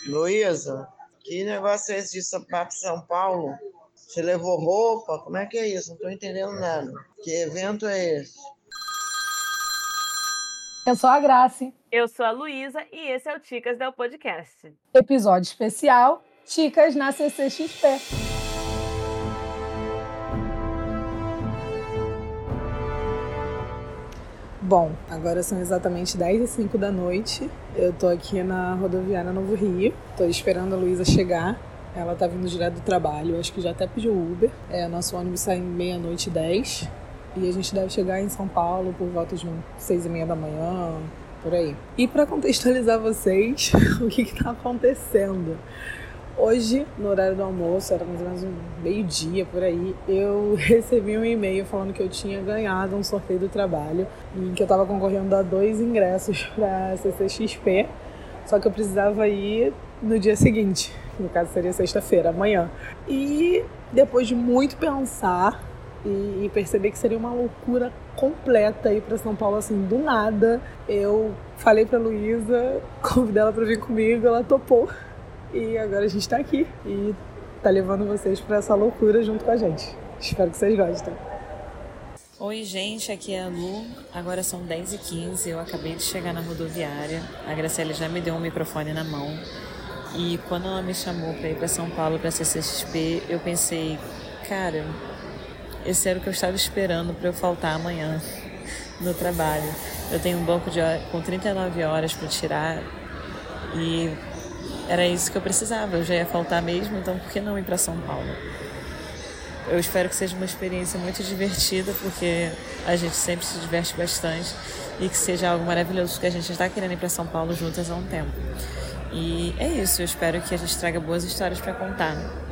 Luísa, que negócio é esse de para São Paulo? Você levou roupa? Como é que é isso? Não estou entendendo nada. Que evento é esse? Eu sou a Grace. Eu sou a Luísa e esse é o Ticas Del Podcast. Episódio especial, Ticas na CCXP. Bom, agora são exatamente 10h05 da noite. Eu tô aqui na rodoviária Novo Rio. Tô esperando a Luísa chegar. Ela tá vindo direto do trabalho. Acho que já até pediu Uber. Nosso ônibus sai 00:30. E a gente deve chegar em São Paulo por volta de 6h30 da manhã, por aí. E para contextualizar vocês, o que tá acontecendo? Hoje, no horário do almoço, era mais ou menos 12h, por aí, eu recebi um e-mail falando que eu tinha ganhado um sorteio do trabalho em que eu estava concorrendo a 2 ingressos para a CCXP, só que eu precisava ir no dia seguinte, no caso seria sexta-feira, amanhã. E depois de muito pensar e perceber que seria uma loucura completa ir para São Paulo assim, do nada, eu falei para Luísa, convidei ela para vir comigo, ela topou. E agora a gente tá aqui e tá levando vocês pra essa loucura junto com a gente. Espero que vocês gostem. Oi, gente, aqui é a Lu. Agora são 10h15, eu acabei de chegar na rodoviária. A Graciela já me deu um microfone na mão. E quando ela me chamou pra ir pra São Paulo, pra CCXP, eu pensei, cara, esse era o que eu estava esperando pra eu faltar amanhã no trabalho. Eu tenho um banco com 39 horas pra tirar e era isso que eu precisava, eu já ia faltar mesmo, então por que não ir para São Paulo? Eu espero que seja uma experiência muito divertida, porque a gente sempre se diverte bastante e que seja algo maravilhoso, porque a gente está querendo ir para São Paulo juntas há um tempo. E é isso, eu espero que a gente traga boas histórias para contar.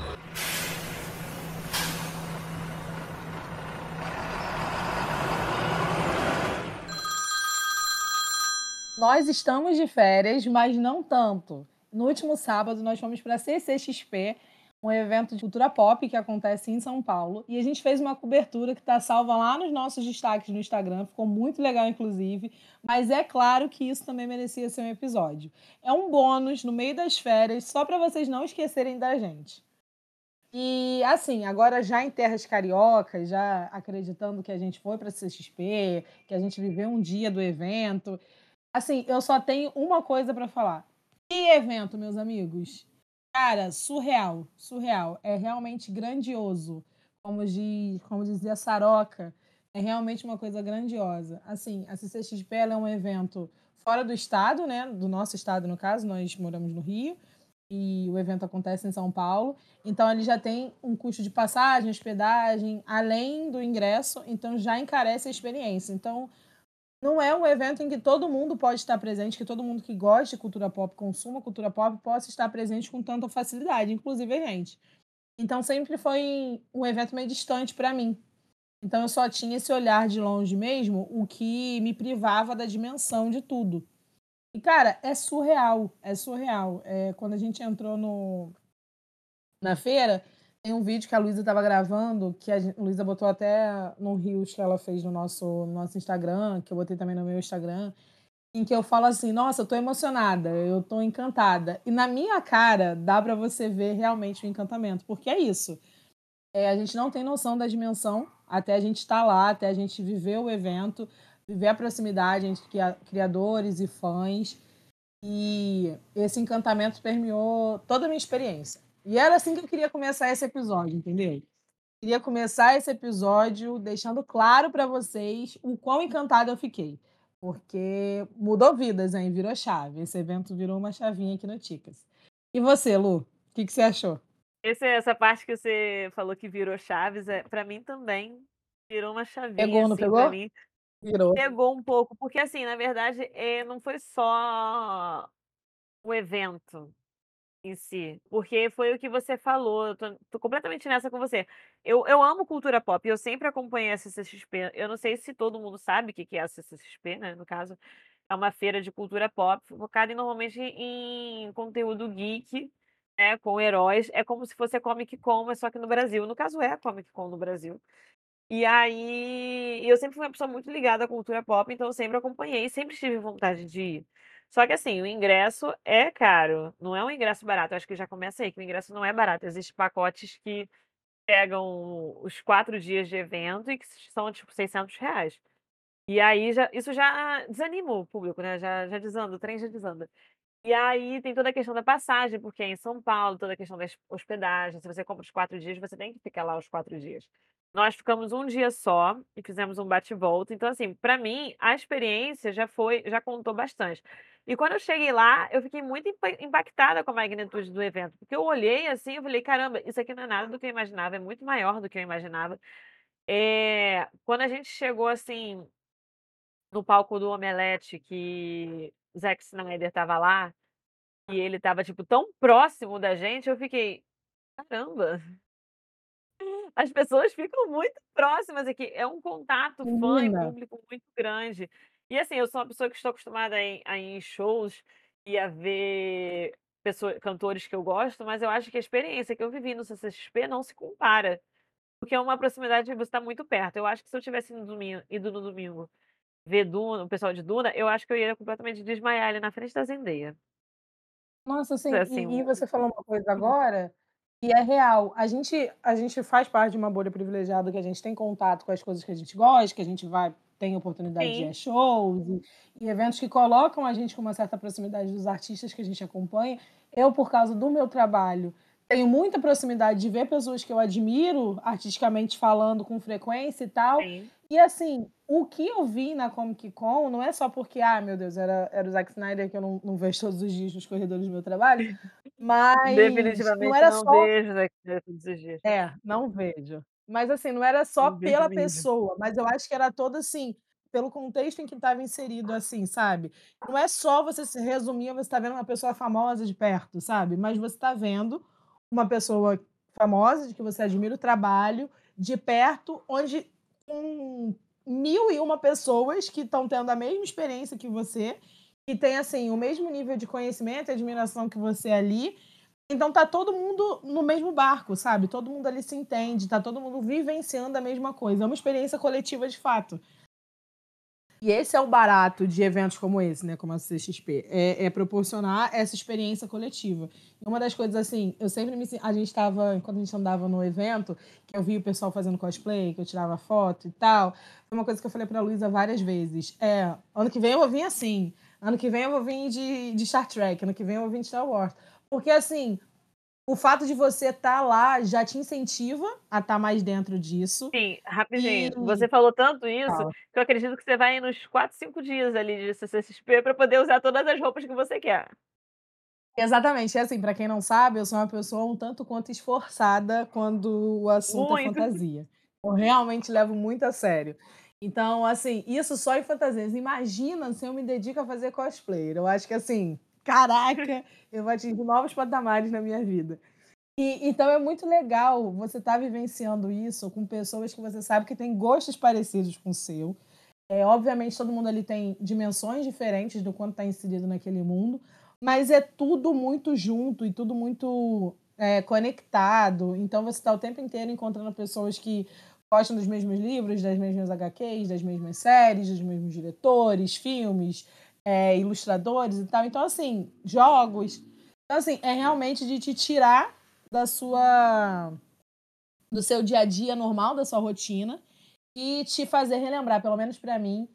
Nós estamos de férias, mas não tanto. No último sábado, nós fomos para a CCXP, um evento de cultura pop que acontece em São Paulo. E a gente fez uma cobertura que está salva lá nos nossos destaques no Instagram. Ficou muito legal, inclusive. Mas é claro que isso também merecia ser um episódio. É um bônus no meio das férias, só para vocês não esquecerem da gente. E, assim, agora já em terras cariocas, já acreditando que a gente foi para a CCXP, que a gente viveu um dia do evento... Assim, eu só tenho uma coisa para falar. Que evento, meus amigos? Cara, surreal, surreal. É realmente grandioso. Como dizia Saroca, é realmente uma coisa grandiosa. Assim, a CCXP é um evento fora do estado, né? Do nosso estado, no caso, nós moramos no Rio. E o evento acontece em São Paulo. Então, ele já tem um custo de passagem, hospedagem, além do ingresso. Então, já encarece a experiência. Então, não é um evento em que todo mundo pode estar presente, que todo mundo que gosta de cultura pop, consuma cultura pop, possa estar presente com tanta facilidade, inclusive a gente. Então sempre foi um evento meio distante para mim. Então eu só tinha esse olhar de longe mesmo, o que me privava da dimensão de tudo. E, cara, é surreal, é surreal. Quando a gente entrou na feira, tem um vídeo que a Luísa estava gravando, que a Luísa botou até no Reels que ela fez no nosso Instagram, que eu botei também no meu Instagram, em que eu falo assim, nossa, eu tô emocionada, eu tô encantada. E na minha cara dá para você ver realmente o encantamento, porque é isso. A gente não tem noção da dimensão até a gente estar lá, até a gente viver o evento, viver a proximidade entre criadores e fãs. E esse encantamento permeou toda a minha experiência. E era assim que eu queria começar esse episódio, entendeu? Queria começar esse episódio deixando claro para vocês o quão encantada eu fiquei. Porque mudou vidas, hein? Virou chave. Esse evento virou uma chavinha aqui no Ticas. E você, Lu? O que você achou? Essa parte que você falou que virou chaves, para mim também virou uma chavinha, Pegou, não assim, para pegou? mim. Virou. Pegou um pouco, porque, assim, na verdade, não foi só o evento em si, porque foi o que você falou, eu tô completamente nessa com você. Eu amo cultura pop, eu sempre acompanhei a CCXP, eu não sei se todo mundo sabe o que é a CCXP, né, no caso, é uma feira de cultura pop focada normalmente em conteúdo geek, né, com heróis, é como se fosse a Comic Con, mas só que no Brasil, no caso é a Comic Con no Brasil. E aí, eu sempre fui uma pessoa muito ligada à cultura pop, então eu sempre acompanhei, sempre tive vontade de ir. Só que assim, o ingresso é caro, não é um ingresso barato. Eu acho que já começa aí, que o ingresso não é barato. Existem pacotes que pegam os 4 dias de evento e que são tipo R$ 600. E aí isso já desanima o público, né? Já desanda, o trem já desanda. E aí tem toda a questão da passagem, porque é em São Paulo, toda a questão da hospedagem. Se você compra os 4 dias, você tem que ficar lá os 4 dias. Nós ficamos um dia só e fizemos um bate-volta. Então, assim, para mim, a experiência já contou bastante. E quando eu cheguei lá, eu fiquei muito impactada com a magnitude do evento, porque eu olhei assim, eu falei, caramba, isso aqui não é nada do que eu imaginava, é muito maior do que eu imaginava. Quando a gente chegou assim no palco do Omelete, que o Zack Snyder estava lá, e ele estava, tipo, tão próximo da gente, eu fiquei: "Caramba, as pessoas ficam muito próximas aqui". É um contato fã e Menina, público muito grande. E, assim, eu sou uma pessoa que estou acostumada a ir em shows e a ver cantores que eu gosto, mas eu acho que a experiência que eu vivi no CCXP não se compara, porque é uma proximidade, você está muito perto. Eu acho que se eu tivesse ido no domingo ver Duna, o pessoal de Duna, eu acho que eu ia completamente desmaiar ali na frente da Zendaya. nossa, assim, Assim, e você falou uma coisa agora que é real. A gente faz parte de uma bolha privilegiada que a gente tem contato com as coisas que a gente gosta, que a gente vai tem oportunidade de ir a sim, shows e eventos que colocam a gente com uma certa proximidade dos artistas que a gente acompanha. Eu, por causa do meu trabalho, tenho muita proximidade de ver pessoas que eu admiro artisticamente falando com frequência e tal. sim. E assim, o que eu vi na Comic Con não é só porque, meu Deus, era o Zack Snyder que eu não vejo todos os dias nos corredores do meu trabalho, mas não Definitivamente era não só vejo Zack Snyder todos os dias. não vejo. Mas assim, não era só Não vejo pela mesmo. pessoa, mas eu acho que era todo assim, pelo contexto em que estava inserido, assim, sabe. Não é só você se resumir a você tá vendo uma pessoa famosa de perto, sabe, mas você tá vendo uma pessoa famosa, de que você admira o trabalho, de perto, onde com 1001 pessoas que estão tendo a mesma experiência que você, que tem, assim, o mesmo nível de conhecimento e admiração que você ali, então tá todo mundo no mesmo barco, sabe, todo mundo ali se entende, tá todo mundo vivenciando a mesma coisa, é uma experiência coletiva de fato. E esse é o barato de eventos como esse, né, como a CXP, é proporcionar essa experiência coletiva. E uma das coisas, assim, eu sempre me a gente estava quando a gente andava no evento, que eu vi o pessoal fazendo cosplay, que eu tirava foto e tal, foi uma coisa que eu falei pra Luísa várias vezes, ano que vem eu vou vir assim, ano que vem eu vou vir de Star Trek, ano que vem eu vou vir de Star Wars. Porque, assim, o fato de você estar lá já te incentiva a estar mais dentro disso. Sim, E rapidinho, você falou tanto isso, fala. que eu acredito que você vai nos 4, 5 dias ali de CCXP para poder usar todas as roupas que você quer. Exatamente, é assim, para quem não sabe, eu sou uma pessoa um tanto quanto esforçada quando o assunto é Muito. fantasia. Eu realmente levo muito a sério. Então, assim, isso só em fantasias. Imagina se eu me dedico a fazer cosplay. Eu acho que, assim, caraca, eu vou atingir novos patamares na minha vida. Então é muito legal você estar vivenciando isso com pessoas que você sabe que têm gostos parecidos com o seu. Obviamente, todo mundo ali tem dimensões diferentes do quanto está inserido naquele mundo, mas é tudo muito junto e tudo muito conectado. Então, você está o tempo inteiro encontrando pessoas que gostam dos mesmos livros, das mesmas HQs, das mesmas séries, dos mesmos diretores, filmes, ilustradores e tal. Então, assim, jogos. Então, assim, é realmente de te tirar da sua do seu dia a dia normal, da sua rotina, e te fazer relembrar, pelo menos para mim,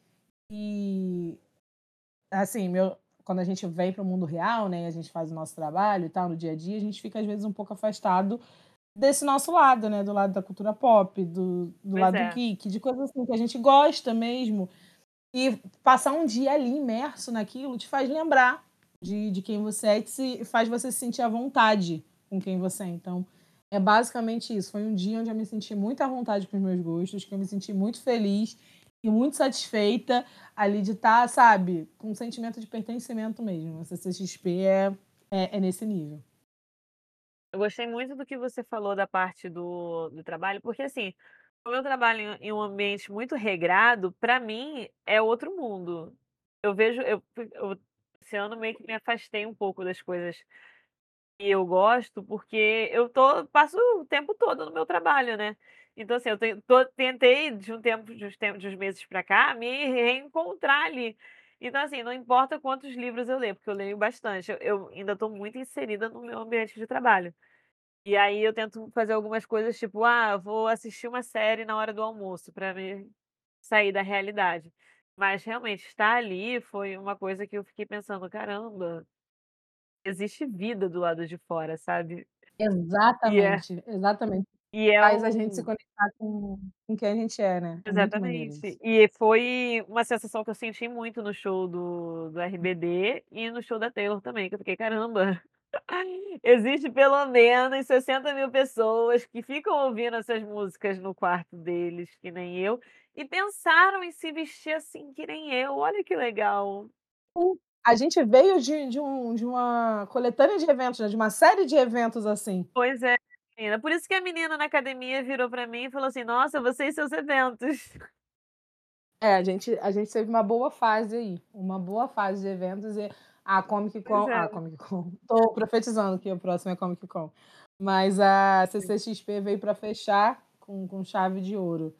e assim, quando a gente vem para o mundo real, né, a gente faz o nosso trabalho e tal, no dia a dia, a gente fica às vezes um pouco afastado desse nosso lado, né, do lado da cultura pop, do Pois lado é. geek, de coisas assim que a gente gosta mesmo. E passar um dia ali imerso naquilo te faz lembrar de quem você é e faz você se sentir à vontade com quem você é. Então, é basicamente isso. Foi um dia onde eu me senti muito à vontade com os meus gostos, que eu me senti muito feliz e muito satisfeita ali de estar, sabe, com um sentimento de pertencimento mesmo. A CCXP é nesse nível. Eu gostei muito do que você falou da parte do trabalho, porque assim, como eu trabalho em um ambiente muito regrado, para mim é outro mundo. Eu vejo, eu esse ano meio que me afastei um pouco das coisas que eu gosto, porque passo o tempo todo no meu trabalho, né. Então assim, eu tentei de uns meses pra cá me reencontrar ali. Então, assim, não importa quantos livros eu ler, porque eu leio bastante. Eu ainda estou muito inserida no meu ambiente de trabalho. E aí eu tento fazer algumas coisas, tipo, vou assistir uma série na hora do almoço para me sair da realidade. Mas realmente estar ali foi uma coisa que eu fiquei pensando, caramba, existe vida do lado de fora, sabe? E é, Exatamente, exatamente. e é Faz a gente se um conectar com quem a gente é, né. É muito maneiro Exatamente. isso. E foi uma sensação que eu senti muito no show do RBD e no show da Taylor também, que eu fiquei: "Caramba, existe pelo menos 60.000 pessoas que ficam ouvindo essas músicas no quarto deles, que nem eu, e pensaram em se vestir assim que nem eu, olha que legal". Sim, a gente veio de uma coletânea de eventos, né, de uma série de eventos assim. Pois é, menina. Por isso que a menina na academia virou pra mim e falou assim: "Nossa, você e seus eventos". É, a gente teve uma boa fase aí, uma boa fase de eventos e Pois é. A Comic Con, tô profetizando que o próximo é Comic Con, mas a CCXP veio para fechar com chave de ouro.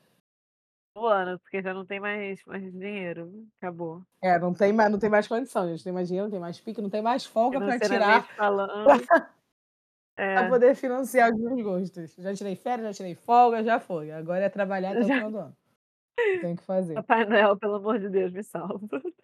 O ano, porque já não tem mais dinheiro, acabou. É, não tem mais condição, gente, não tem mais dinheiro, não tem mais pique, não tem mais folga para tirar Financeiramente falando, para é, poder financiar os meus gostos. Já tirei férias, já tirei folga, já foi, agora é trabalhar até o já final do ano, tenho que fazer. Papai Noel, pelo amor de Deus, me salva.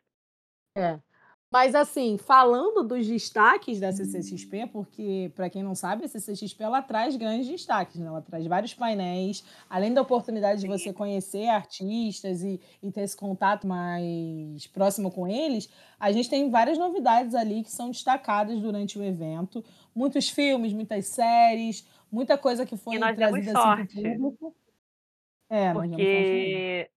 É. Mas assim, falando dos destaques da CCXP, porque para quem não sabe, a CCXP ela traz grandes destaques, né? Ela traz vários painéis, além da oportunidade de Sim, você conhecer artistas e ter esse contato mais próximo com eles, a gente tem várias novidades ali que são destacadas durante o evento, muitos filmes, muitas séries, muita coisa que e foi nós demos trazida assim para o sorte, público. É, nós demos sorte mesmo. porque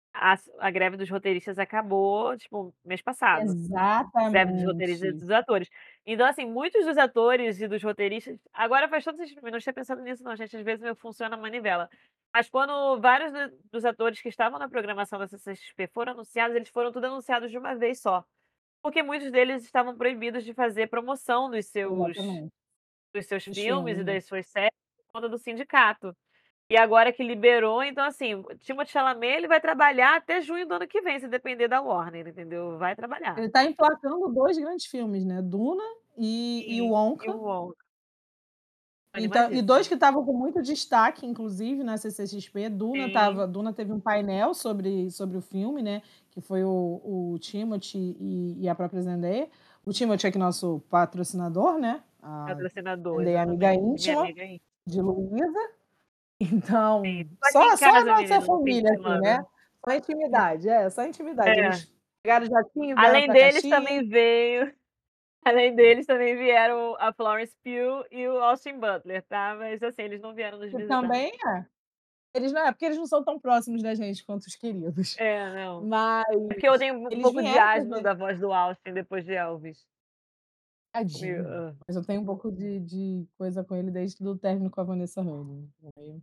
a greve dos roteiristas acabou, tipo, mês passado. Greve dos roteiristas e Exatamente. dos atores. Então, assim, muitos dos atores e dos roteiristas agora faz todo sentido, eu não tinha pensado nisso não, gente, às vezes meu funciona a manivela. Mas quando vários dos atores que estavam na programação da CCXP foram anunciados, eles foram tudo anunciados de uma vez só. Porque muitos deles estavam proibidos de fazer promoção Exatamente. dos seus Os filmes filmes, e né? das suas séries por conta do sindicato. E agora que liberou, então assim, o Timothée Chalamet, ele vai trabalhar até junho do ano que vem, se depender da Warner, entendeu? Vai trabalhar. Ele tá emplacando 2 grandes filmes, né, Duna e Sim, e Wonka. o Wonka, Então e animadíssima. 2 que estavam com muito destaque, inclusive, na CCXP, Sim, Duna teve um painel sobre o filme, né, que foi o Timothée e a própria Zendaya. O Timothée é que é nosso patrocinador, né, a patrocinador, Zendaya é amiga exatamente. Minha íntima amiga aí. de Luísa, Sim, então tô aqui em só a casa, nossa menina, no fim de família, assim, né, semana. só intimidade, só intimidade. É. Eles pegaram o jatinho, vieram Além pra deles Caxias. também veio além deles também vieram a Florence Pugh e o Austin Butler, tá, mas assim, eles não vieram nos Que visitar. também eles não é porque eles não são tão próximos da gente quanto os queridos, É, não. mas É porque eu tenho um eles pouco de vieram pra asma ver. da voz do Austin depois de Elvis. Meio Tadinho, mas eu tenho um pouco de coisa com ele desde do término com a Vanessa Hudgens, meio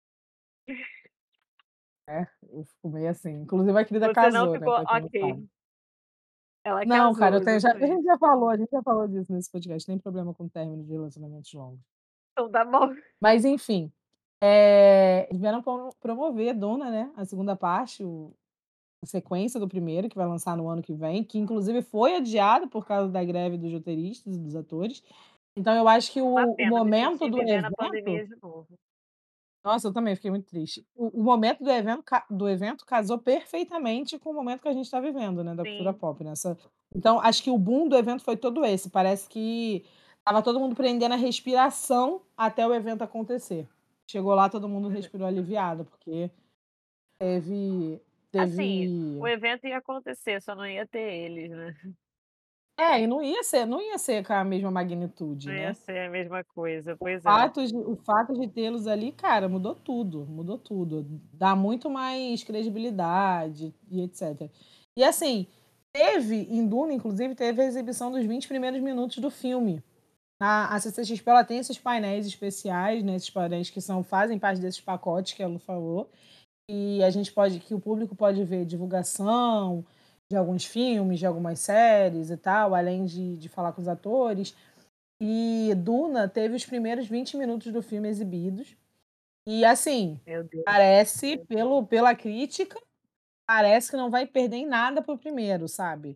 eu fico meio assim, inclusive a querida Você não casou, né, ficou pra quem não sabe. ok. Ela Não, cara, casou, eu tenho já exatamente. a gente já falou disso nesse podcast, tem problema com término de relacionamentos longos. Então tá bom. Mas enfim, eles vieram promover Duna, né, a segunda parte, a sequência do primeiro, que vai lançar no ano que vem, que inclusive foi adiado por causa da greve dos roteiristas e dos atores. Então eu acho que Uma o pena, me momento senti do vivendo a evento pandemia de novo. nossa, eu também fiquei muito triste. O momento do evento casou perfeitamente com o momento que a gente está vivendo, né, da cultura Sim, pop, então acho que o boom do evento foi todo esse, parece que estava todo mundo prendendo a respiração até o evento acontecer. Chegou lá, todo mundo pois é. respirou aliviado, porque teve Assim, o teve evento ia acontecer, só não ia ter eles, né. e não ia ser com a mesma magnitude, Não ia né. ser a mesma coisa, O pois é. fato de o fato de tê-los ali, cara, mudou tudo, mudou tudo. Dá muito mais credibilidade e etcétera. E assim, teve em Duna, inclusive, teve a exibição dos 20 primeiros minutos do filme. A CCXP, ela tem esses painéis especiais, né, esses painéis que fazem parte desses pacotes que a Lu falou, e a gente pode que o público pode ver divulgação de alguns filmes, de algumas séries e tal, além de falar com os atores. E Duna teve os primeiros 20 minutos do filme exibidos. E assim, Meu Deus. parece, pela crítica, parece que não vai perder em nada pro primeiro, sabe?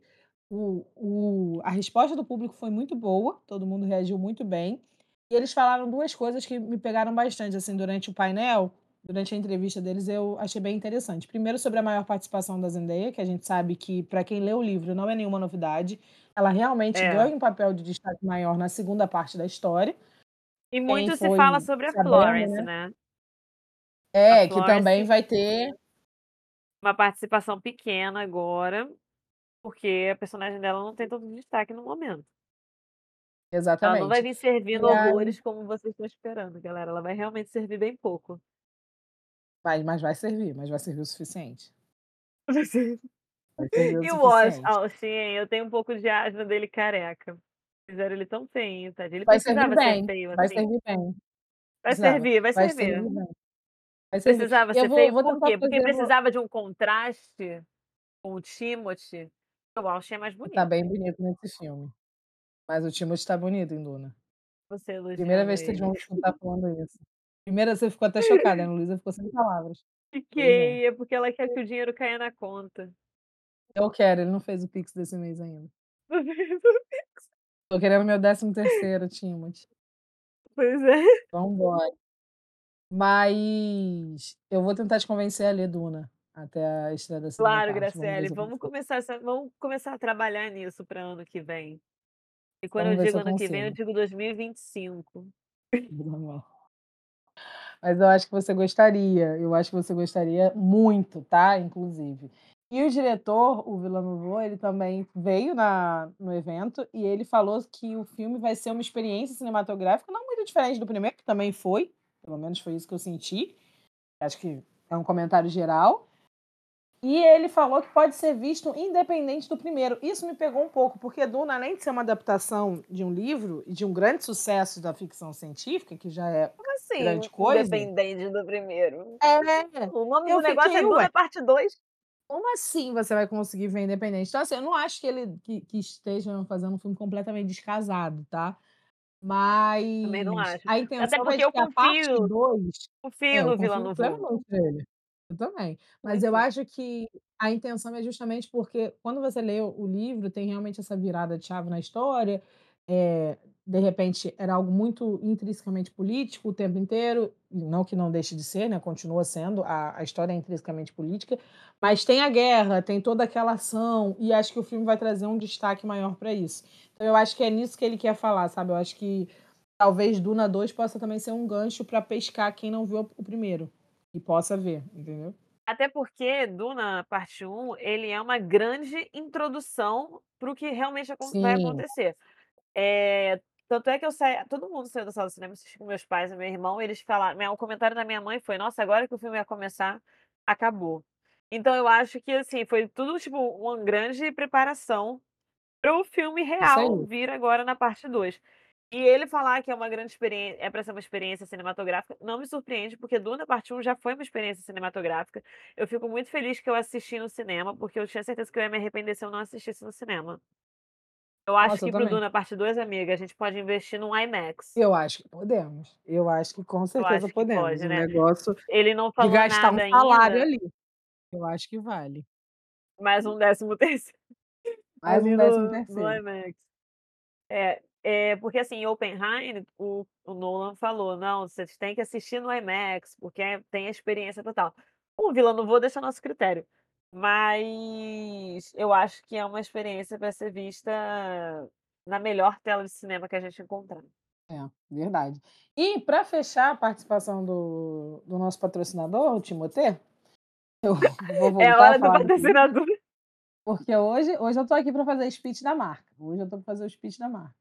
A resposta do público foi muito boa, todo mundo reagiu muito bem. E eles falaram 2 coisas que me pegaram bastante, assim, durante o painel, durante a entrevista deles, eu achei bem interessante. Primeiro, sobre a maior participação da Zendaya, que a gente sabe que, para quem lê o livro, não é nenhuma novidade. Ela realmente É. ganha um papel de destaque maior na segunda parte da história. E Quem muito se fala foi sobre a sabendo, Florence, né? né? A É, que também Florence, vai ter. uma participação pequena agora, porque a personagem dela não tem tanto destaque no momento. Ela não vai Exatamente. vir servindo E aí, horrores como vocês estão esperando, galera. Ela vai realmente servir bem pouco. mas vai servir o suficiente. Vai ser- Vai servir o E o suficiente. Austin, hein? Eu tenho um pouco de asma dele careca. Fizeram ele tão feinho, tadinho. Ele Vai servir precisava ser bem, feio vai assim. servir bem. Vai Precisava. servir, vai Vai servir. servir bem, vai servir. Precisava E eu ser vou feio vou por tentar quê? Porque fazer precisava de um contraste com o Timothy. O Austin é mais tá bonito. bem bonito nesse filme, mas o Timothée tá bonito em Duna. Você Primeira elogiando vez que vocês ele. vão escutar falando isso. Primeira você ficou até chocada, a Ana Luísa ficou sem palavras. Pois é. Fiquei, é porque ela quer que o dinheiro caia na conta. Eu quero, ele não fez o pix desse mês ainda. Tô querendo meu 13º, Timothée. Pois é. Vambora. Mas eu vou tentar te convencer a ler Duna até a estreia da segunda Claro, parte, vamos ver Graciele, se eu consigo. vamos começar a trabalhar nisso para ano que vem. E quando eu Vamos ver se digo eu ano que vem, eu consigo. digo 2025. Mas eu acho que você gostaria, eu acho que você gostaria muito, tá, inclusive. E o diretor, o Villeneuve, ele também veio no evento e ele falou que o filme vai ser uma experiência cinematográfica não muito diferente do primeiro, que também foi, pelo menos foi isso que eu senti, acho que é um comentário geral. E ele falou que pode ser visto independente do primeiro. Isso me pegou um pouco, porque Duna, além de ser uma adaptação de um livro e de um grande sucesso da ficção científica, que já é Como assim, grande coisa, independente do primeiro? é, O nome eu do negócio é fiquei: Duna "Ué, parte 2. como assim você vai conseguir ver independente?". Então, assim, eu não acho que ele que esteja fazendo um filme completamente descasado, tá. Também não Mas acho. a Até intenção é porque de eu que a parte confio 2 confio eu no confio Villeneuve. plenamente nele. Eu também. Mas eu Muito. acho que a intenção é justamente porque quando você lê o livro, tem realmente essa virada de chave na história, de repente era algo muito intrinsecamente político o tempo inteiro, não que não deixe de ser, né, continua sendo, a história é intrinsecamente política, mas tem a guerra, tem toda aquela ação, e acho que o filme vai trazer um destaque maior para isso. Então eu acho que é nisso que ele quer falar, sabe, eu acho que talvez Duna 2 possa também ser um gancho para pescar quem não viu o primeiro, e possa ver, entendeu? Até porque Duna parte 1, ele é uma grande introdução para o que realmente vai Sim, acontecer. Tanto é que todo mundo saiu da sala do cinema, assisti com meus pais e meu irmão, eles falaram o comentário da minha mãe foi: "Nossa, agora que o filme ia começar, acabou". Então eu acho que, assim, foi tudo, tipo, uma grande preparação para o filme isso real aí. vir agora na parte 2. E ele falar que é uma grande experiência, é para ser uma experiência cinematográfica, não me surpreende, porque Duna Parte 1 já foi uma experiência cinematográfica. Eu fico muito feliz que eu assisti no cinema, porque eu tinha certeza que eu ia me arrepender se eu não assistisse no cinema. Eu acho Nossa, eu que pro também. Duna Parte 2, amiga, a gente pode investir num IMAX. Eu acho que podemos. Eu acho que com Eu certeza acho que podemos. pode, O né. negócio Ele não de falou gastar um nada salário ainda, ali, eu acho que vale. mas um 13º Mais um ali décimo no terceiro. IMAX. Porque assim, em Oppenheimer, o Nolan falou: "Não, vocês têm que assistir no IMAX, porque tem a experiência total". O Vila não vou deixar nosso critério, mas eu acho que é uma experiência para ser vista na melhor tela de cinema que a gente encontrar. É, verdade. E para fechar a participação do nosso patrocinador, o Timothée, eu vou É a voltar a hora do falar desse livro, patrocinador. porque hoje eu tô aqui para fazer speech da marca. Hoje eu tô para fazer o speech da marca.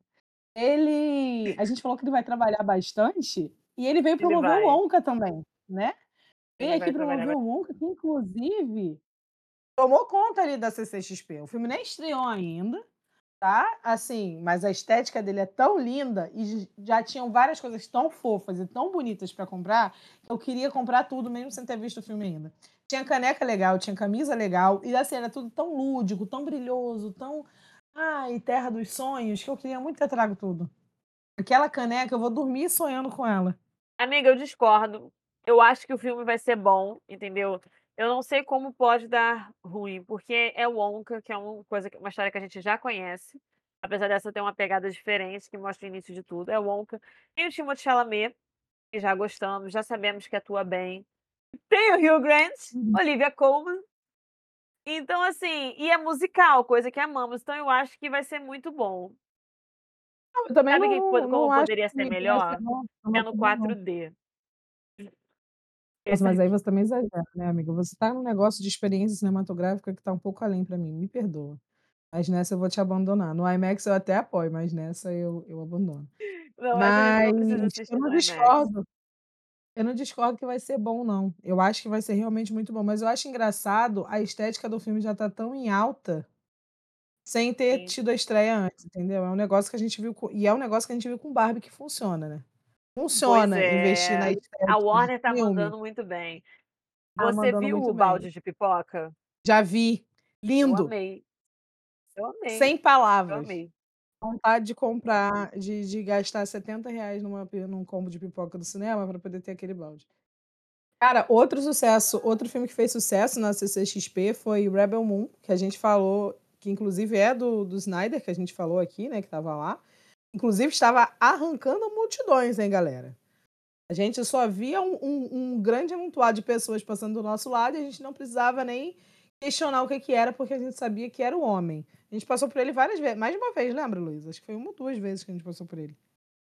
A gente falou que ele vai trabalhar bastante, e ele veio Ele promover o vai, Wonka também, né. Veio ele aqui vai trabalhar promover o Wonka, que inclusive tomou conta ali da CCXP. O filme nem estreou ainda, tá, assim, mas a estética dele é tão linda e já tinham várias coisas tão fofas e tão bonitas para comprar, que eu queria comprar tudo mesmo sem ter visto o filme ainda. Tinha caneca legal, tinha camisa legal e, assim, era tudo tão lúdico, tão brilhoso, tão, ai, terra dos sonhos, que eu queria muito ter trago tudo. Aquela caneca eu vou dormir sonhando com ela. Amiga, eu discordo. Eu acho que o filme vai ser bom, entendeu? Eu não sei como pode dar ruim, porque é Wonka, que é uma história que a gente já conhece, apesar dessa ter uma pegada diferente, que mostra o início de tudo, é Wonka. Tem o Timothée Chalamet, que já gostamos, já sabemos que atua bem. Tem o Hugh Grant, Uhum. Olivia Colman. Então, assim, e é musical, coisa que amamos, então eu acho que vai ser muito bom. Não, eu também Sabe não como acho poderia ser que vai ser melhor? bom, Sendo não. 4D. Nossa, Esse mas aí aqui. você também exagera, né, amiga? Você tá num negócio de experiência cinematográfica que tá um pouco além pra mim, me perdoa. Mas nessa eu vou te abandonar. No IMAX eu até apoio, mas nessa eu abandono. Não, essa a gente Mas não precisa eu assistir não no IMAX. discordo que vai ser bom não. Eu acho que vai ser realmente muito bom, mas eu acho engraçado a estética do filme já tá tão em alta, sem ter Sim. tido a estreia antes, entendeu? É um negócio que a gente viu e é um negócio que a gente viu com Barbie que funciona, né. Pois Funciona investir na é, a estética de Warner tá filme, mandando muito bem. tá Você mandando viu muito o bem. balde de pipoca? Já vi, Eu lindo, amei, eu amei, sem eu palavras. amei. Vontade de comprar, de gastar R$ 70 num combo de pipoca do cinema para poder ter aquele balde. Cara, outro filme que fez sucesso na CCXP foi Rebel Moon, que a gente falou, que inclusive é do Snyder, que a gente falou aqui, né, que estava lá. Inclusive estava arrancando multidões, hein, galera. A gente só via um grande amontoado de pessoas passando do nosso lado e a gente não precisava nem questionar o que que era, porque a gente sabia que era o homem. A gente passou por ele várias vezes, mais de uma vez, lembra, Luiz? Acho que foi 1 ou 2 vezes que a gente passou por ele.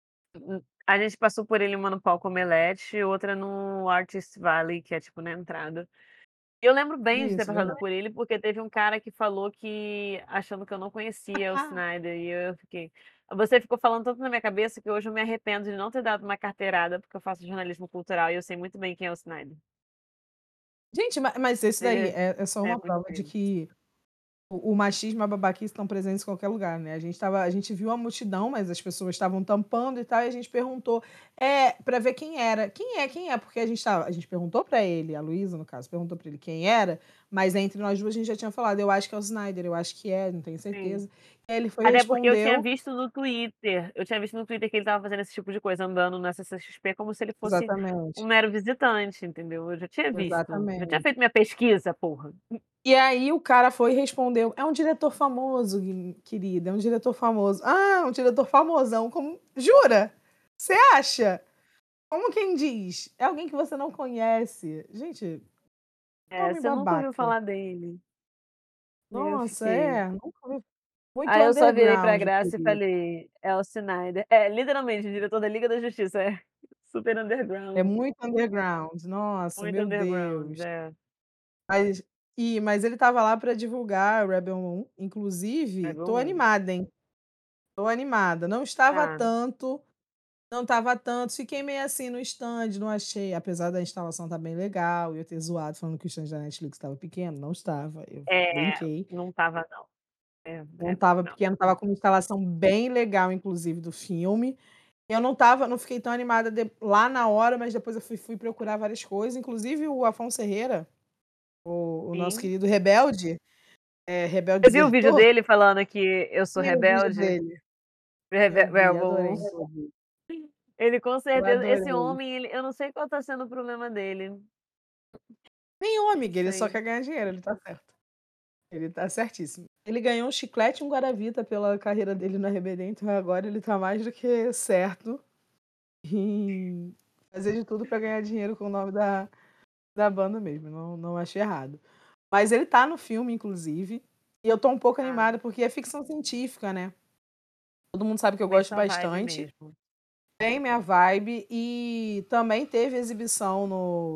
A gente passou por ele, uma no palco Omelete e outra no Artist Valley, que é tipo na entrada. Eu lembro bem de ter Isso, passado verdade. por ele, porque teve um cara que falou que achando que eu não conhecia o Snyder, e eu fiquei você ficou falando tanto na minha cabeça que hoje eu me arrependo de não ter dado uma carteirada, porque eu faço jornalismo cultural e eu sei muito bem quem é o Snyder. Gente, mas esse Ele daí é só é uma muito prova de bem. que o machismo e a babaquice estão presentes em qualquer lugar, né. A gente viu a multidão, mas as pessoas estavam tampando e tal, e a gente perguntou, pra ver quem era. Quem é? Porque a gente perguntou pra ele, a Luísa, no caso, perguntou pra ele quem era, mas entre nós 2 a gente já tinha falado: "Eu acho que é o Snyder, eu acho que é, não tenho Sim. certeza". E aí ele foi e Até porque respondeu eu tinha visto no Twitter que ele estava fazendo esse tipo de coisa, andando na CCXP como se ele fosse um exatamente, mero visitante, entendeu. Eu já tinha visto, já tinha exatamente. feito minha pesquisa, porra. E aí o cara foi e respondeu: "É um diretor famoso, querida, é um diretor famoso". "Ah, um diretor famosão, como jura? Você acha?" Como quem diz? É alguém que você não conhece. Gente, É, homem você nunca ouviu babaca. falar dele. E eu Nossa, fiquei nunca ouvi. Muito aí eu só virei pra underground, Graça e querido. falei: "É o Snyder". É, literalmente, o diretor da Liga da Justiça, é. Super É underground, muito underground. Nossa, muito meu underground, Deus. é. Mas mas ele estava lá para divulgar Rebel Moon, inclusive, Pegou tô um. animada, hein, tô animada. Tá, Não estava tanto, fiquei meio assim no stand, não achei, apesar da instalação estar bem legal e eu ter zoado falando que o stand da Netflix estava pequeno, não estava, eu é, brinquei. não estava não. É, Não estava não. pequeno, estava com uma instalação bem legal inclusive do filme. Eu não fiquei tão animada lá na hora, mas depois eu fui procurar várias coisas, inclusive o Afonso Herrera, o nosso Sim. querido Rebelde, Rebelde Você viu o vídeo desertor, dele falando que eu sou vi o vídeo rebelde? dele, eu vi, adorei, Ele com eu certeza esse adorei. homem, ele eu não sei qual tá sendo o problema dele, Nenhum, não amiga, ele só sei. quer ganhar dinheiro, ele tá certo. Ele tá certíssimo. Ele ganhou um chiclete e um guaravita pela carreira dele no RBD, então agora ele tá mais do que certo em fazer de tudo pra ganhar dinheiro com o nome da banda mesmo, não acho errado. Mas ele tá no filme inclusive, e eu tô um pouco Ah, animada, porque é ficção científica, né. Todo mundo sabe que eu bem gosto sua vibe bastante, mesmo. bem minha vibe, e também teve exibição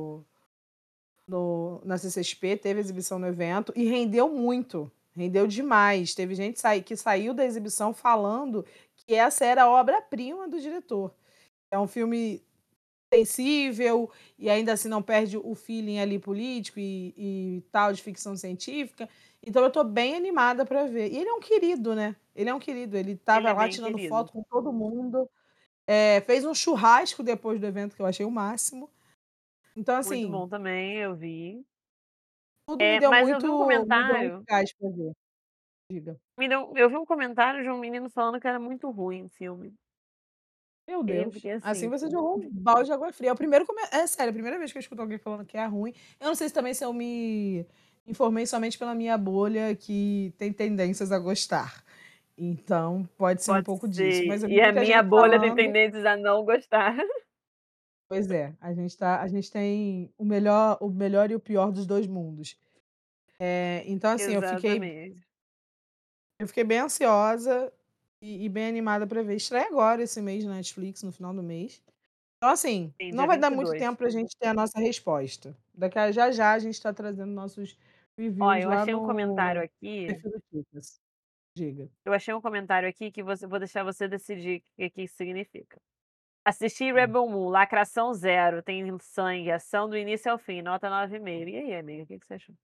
na CCXP, teve exibição no evento e rendeu muito, rendeu demais. Teve gente que saiu da exibição falando que essa era a obra-prima do diretor. É um filme sensível e ainda assim não perde o feeling ali político e tal de ficção científica. Então eu tô bem animada para ver. E ele é um querido, né? Ele é um querido. Ele Ele estava é lá bem tirando querido. foto com todo mundo. Fez um churrasco depois do evento que eu achei o máximo. Então, Muito assim, bom também, eu vi. tudo me deu Mas eu vi um muito comentário gás pra ver. Diga. eu vi um comentário de um menino falando que era muito ruim o filme. Meu E eu Deus. fiquei Assim assim, você jogou um balde de água fria. É o primeiro é sério, a primeira vez que eu escuto alguém falando que é ruim. Eu não sei se também se eu me informei somente pela minha bolha que tem tendências a gostar. Então, pode ser um pode pouco disso. ser. Mas eu vi E a muita minha gente bolha tem falando. tendências a não gostar. Pois é, a gente tem o melhor e o pior dos 2 mundos. Então assim, Exatamente. eu fiquei bem ansiosa e bem animada para ver. Estreia agora esse mês na Netflix, no final do mês. Então assim, Sim, não dia vai vinte dar e muito dois. tempo pra gente ter a nossa resposta. Daqui a já a gente está trazendo nossos Ó, reviews eu lá achei um comentário no aqui perfil do Ticas. Diga. eu achei um comentário aqui que vou deixar você decidir o que isso significa. Assisti Hum. Rebel Moon, lacração zero, tem sangue, ação do início ao fim, nota 9,5. E aí, amiga, o que você achou?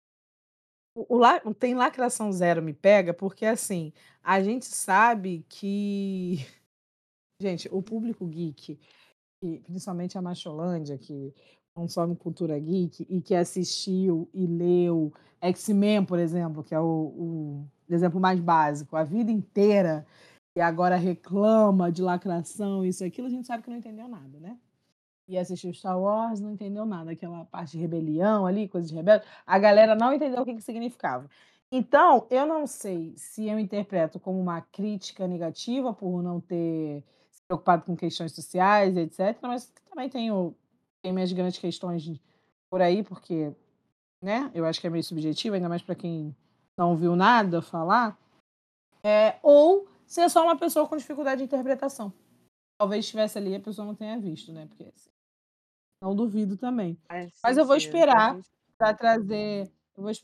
Tem lacração zero me pega, porque assim, a gente sabe que gente, o público geek, e principalmente a Macholândia, que consome cultura geek e que assistiu e leu X-Men, por exemplo, que é o exemplo mais básico, a vida inteira, e agora reclama de lacração, isso e aquilo, a gente sabe que não entendeu nada, né? E assistiu Star Wars, não entendeu nada, aquela parte de rebelião ali, coisa de rebelde, a galera não entendeu o que significava. Então, eu não sei se eu interpreto como uma crítica negativa por não ter se preocupado com questões sociais, etc., mas também tenho minhas grandes questões por aí, porque, né, eu acho que é meio subjetivo, ainda mais para quem não viu nada falar, ou se é só uma pessoa com dificuldade de interpretação. Talvez estivesse ali e a pessoa não tenha visto, né? Porque assim, não duvido também. Faz Mas eu vou sentido, faz esperar sentido. para trazer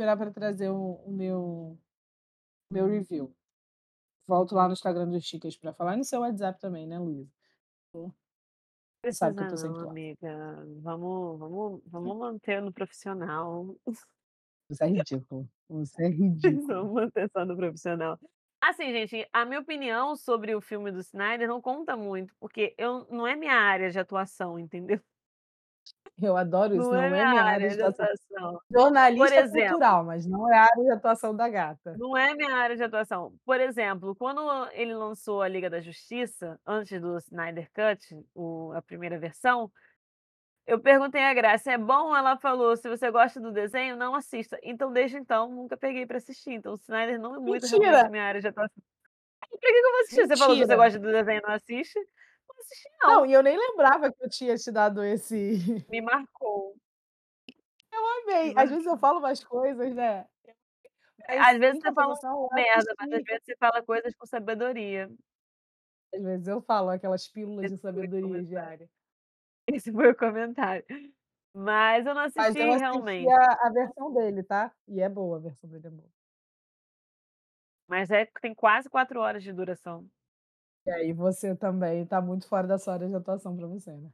o meu review. Volto lá no Instagram dos Chicas para falar e no seu WhatsApp também, né, Luísa? Você sabe que eu Precisa tô não, sempre lá. amiga. Vamos manter no profissional. Você é ridículo. Você é ridículo. Vamos manter só no profissional. Assim, gente, a minha opinião sobre o filme do Snyder não conta muito, porque não é minha área de atuação, entendeu? Eu adoro isso, Não é não é minha minha área de área de atuação. atuação. Por Jornalista exemplo, cultural, mas não é a área de atuação da gata. não é minha área de atuação. Por exemplo, quando ele lançou a Liga da Justiça, antes do Snyder Cut, a primeira versão, eu perguntei à Graça, é bom? Ela falou, se você gosta do desenho, não assista. Então, desde então, nunca peguei pra assistir. Então, o Snyder não é muito realmente Mentira! minha área de atuação. Por que eu vou assistir? Você falou que você Mentira! gosta do desenho e não assiste? Não assisti, Não, não. e eu nem lembrava que eu tinha te dado esse. Me marcou. Me Amei. Às vezes eu marcou. falo umas coisas, né? Às Mas, vezes em você fala compensação, eu merda, mas às assisti. vezes você fala coisas com sabedoria. Às vezes eu falo aquelas pílulas de Esse foi o sabedoria comentário. diária. Esse foi o comentário. Mas eu não Mas eu assisti assisti realmente. a versão dele, tá? E é boa, a versão dele é boa. Mas tem quase 4 horas de duração. E aí você também tá muito fora da sua área de atuação pra você, né?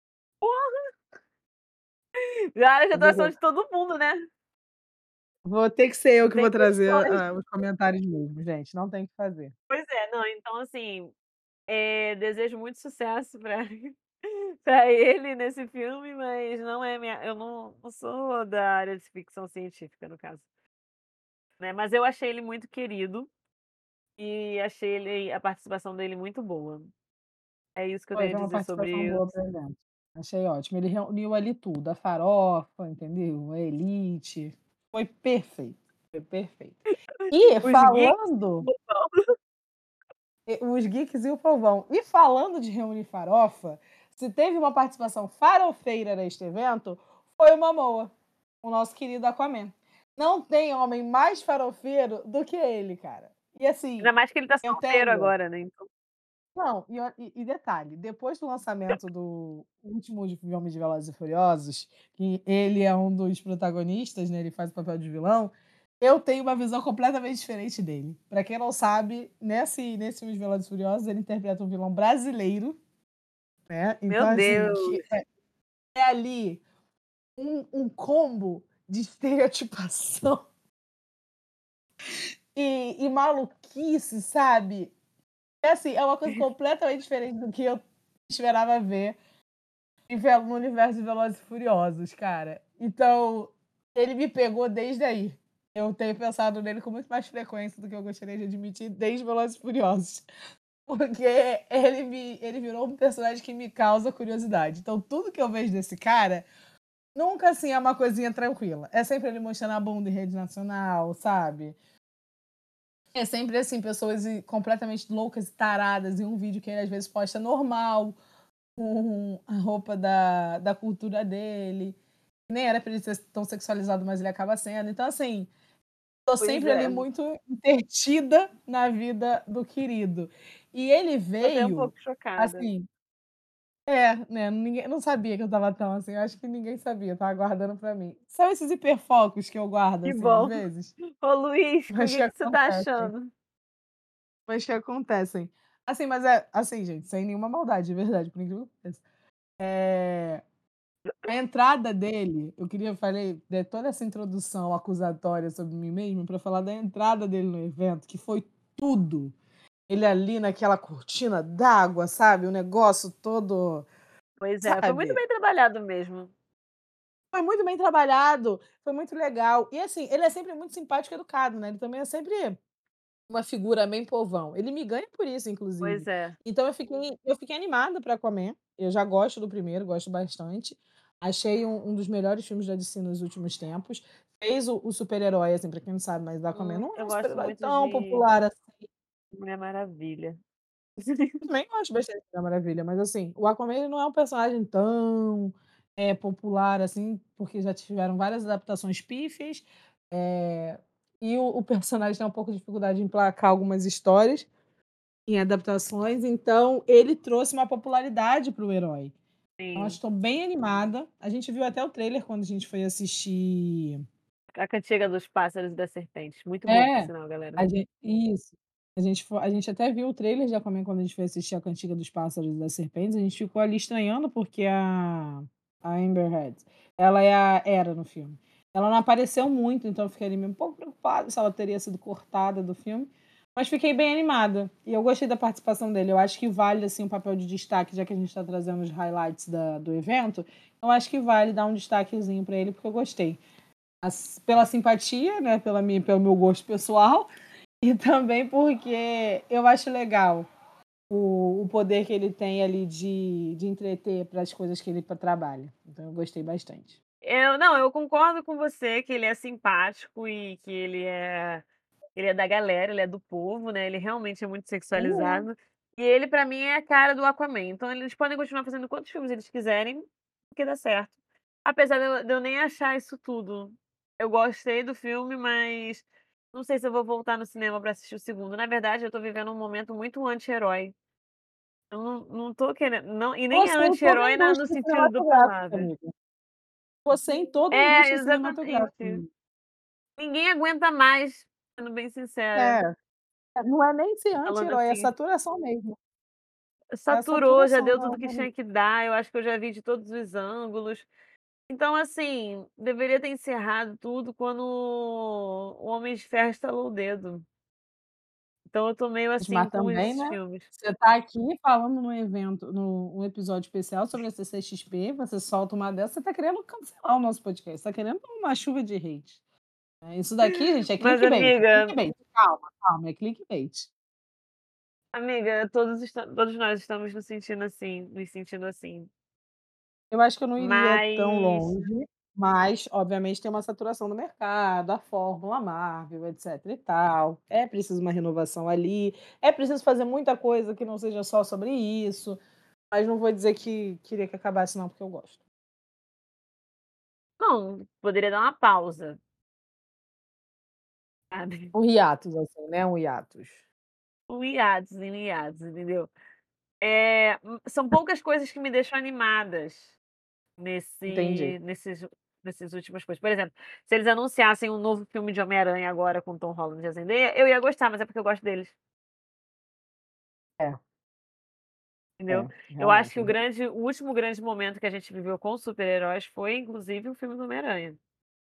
Já área de Eu vou atuação co de todo mundo, né? vou ter que ser eu Não que vou tem trazer, condições. os comentários mesmo, gente, não tem o que fazer. Pois é, não, então assim, desejo muito sucesso pra pra ele nesse filme, mas não é minha eu não sou da área de ficção científica, no caso, né, mas eu achei ele muito querido, e achei a participação dele muito boa. É isso que eu Foi, tenho a foi uma dizer participação sobre boa pro evento. Achei ótimo. Ele reuniu ali tudo, a farofa, entendeu? A elite. Foi perfeito, foi perfeito. E os geeks. falando os geeks e o povão. E falando de reunir farofa, se teve uma participação farofeira neste evento, foi o Momoa, o nosso querido Aquaman. Não tem homem mais farofeiro do que ele, cara. E assim, Ainda mais que ele tá eu solteiro tenho. agora, né, então Não, e detalhe, depois do lançamento do último filme de Velozes e Furiosos, que ele é um dos protagonistas, né, ele faz o papel de vilão, eu tenho uma visão completamente diferente dele. Pra quem não sabe, nesse filme de Velozes e Furiosos, ele interpreta um vilão brasileiro, né, meu então assim, que Deus! é ali um combo de estereotipação e maluquice, sabe? É assim, é uma coisa completamente diferente do que eu esperava ver no universo de Velozes e Furiosos, cara. Então, ele me pegou desde aí. Eu tenho pensado nele com muito mais frequência do que eu gostaria de admitir desde Velozes e Furiosos. Porque ele virou um personagem que me causa curiosidade. Então, tudo que eu vejo desse cara, nunca assim é uma coisinha tranquila. É sempre ele mostrando a bunda em rede nacional, sabe? É sempre assim, pessoas completamente loucas e taradas em um vídeo que ele às vezes posta normal, com a roupa da cultura dele. Nem era pra ele ser tão sexualizado, mas ele acaba sendo. Então, assim, tô Pois sempre ali é. muito entretida na vida do querido. E ele Tô até um veio, pouco chocada. assim, né? Ninguém não sabia que eu tava tão assim. Eu acho que ninguém sabia, tava guardando pra mim. São esses hiperfocos que eu guardo, Que assim, às bom. vezes, Ô, Luiz, com o mas que que que você tá acontecem. achando? Mas que acontecem. Assim, mas é assim, gente, sem nenhuma maldade, de verdade, por incrível que pareça. A entrada dele, eu queria falei de toda essa introdução acusatória sobre mim mesmo para falar da entrada dele no evento, que foi tudo. Ele ali naquela cortina d'água, sabe, o negócio todo, Pois é, foi muito sabe. bem trabalhado mesmo. Foi muito bem trabalhado, foi muito legal. E assim, ele é sempre muito simpático e educado, né, ele também é sempre uma figura bem povão. Ele me ganha por isso, Pois inclusive. é. Então eu fiquei animada para comer. Eu já gosto do primeiro, gosto bastante. Achei um dos melhores filmes da DC nos últimos tempos. Fez o super-herói, assim, pra quem não sabe, mas Aquaman não é Eu um gosto super-herói muito tão de popular assim. Mulher Maravilha. Eu também gosto bastante da Maravilha, mas assim, o Aquaman ele não é um personagem tão, popular assim, porque já tiveram várias adaptações pífias, e o personagem tem um pouco de dificuldade em emplacar algumas histórias. Em adaptações, então ele trouxe uma popularidade para o herói. Então Sim. estou bem animada. A gente viu até o trailer quando a gente foi assistir. A Cantiga dos Pássaros e das Serpentes. Muito bom, por É, sinal, galera. isso. A gente até viu o trailer de Aquaman quando a gente foi assistir a Cantiga dos Pássaros e das Serpentes, a gente ficou ali estranhando, porque a Amber Heard, ela é a Hera no filme. Ela não apareceu muito, então eu fiquei ali meio um pouco preocupada se ela teria sido cortada do filme, mas fiquei bem animada. E eu gostei da participação dele. Eu acho que vale, assim, um papel de destaque, já que a gente está trazendo os highlights do evento, eu acho que vale dar um destaquezinho para ele, porque eu gostei. Pela simpatia, né, pelo meu gosto pessoal, e também porque eu acho legal o poder que ele tem ali de entreter para as coisas que ele trabalha. Então eu gostei bastante. Não, eu concordo com você que ele é simpático e que ele é da galera, ele é do povo, né, ele realmente é muito Uhum. sexualizado. E ele, pra mim, é a cara do Aquaman. Então eles podem continuar fazendo quantos filmes eles quiserem, porque dá certo. Apesar de eu nem achar isso tudo. Eu gostei do filme, mas não sei se eu vou voltar no cinema pra assistir o segundo. Na verdade, eu tô vivendo um momento muito anti-herói. Eu não tô querendo não, e nem é Você em toda a anti-herói na no indústria sentido da cinematográfica, palavra. amiga. Você em toda a É, indústria cinematográfica, exatamente. amiga. Ninguém aguenta mais, sendo bem sincera. É, não é nem ser Falando anti-herói, é assim, saturação mesmo. É saturou, já saturação deu tudo que realmente. tinha que dar, eu acho que eu já vi de todos os ângulos. Então, assim, deveria ter encerrado tudo quando o Homem de Ferro estalou o dedo. Então eu tô meio assim Mas com também, esses né, filmes. você tá aqui falando num evento, num episódio especial sobre a CCXP, você solta uma dessa, você tá querendo cancelar o nosso podcast, tá querendo uma chuva de hate. Isso daqui, gente, é Mas clickbait, é amiga, clickbait. Calma, calma, é clickbait. todos nós estamos nos sentindo assim. Eu acho que eu não iria tão Mas longe, mas obviamente tem uma saturação do mercado, a fórmula Marvel, etc e tal. É preciso uma renovação ali, é preciso fazer muita coisa que não seja só sobre isso, mas não vou dizer que queria que acabasse não, porque eu gosto. não, poderia dar uma pausa, sabe. Um hiatus, assim, né, um hiatus. Um hiatus em hiatus, entendeu. São poucas coisas que me deixam animadas Entendi. nesses últimas coisas. Por exemplo, se eles anunciassem um novo filme de Homem-Aranha agora com Tom Holland e a Zendaya, eu ia gostar, mas é porque eu gosto deles, É, entendeu. Eu acho realmente. que o último grande momento que a gente viveu com super-heróis foi inclusive o filme do Homem-Aranha.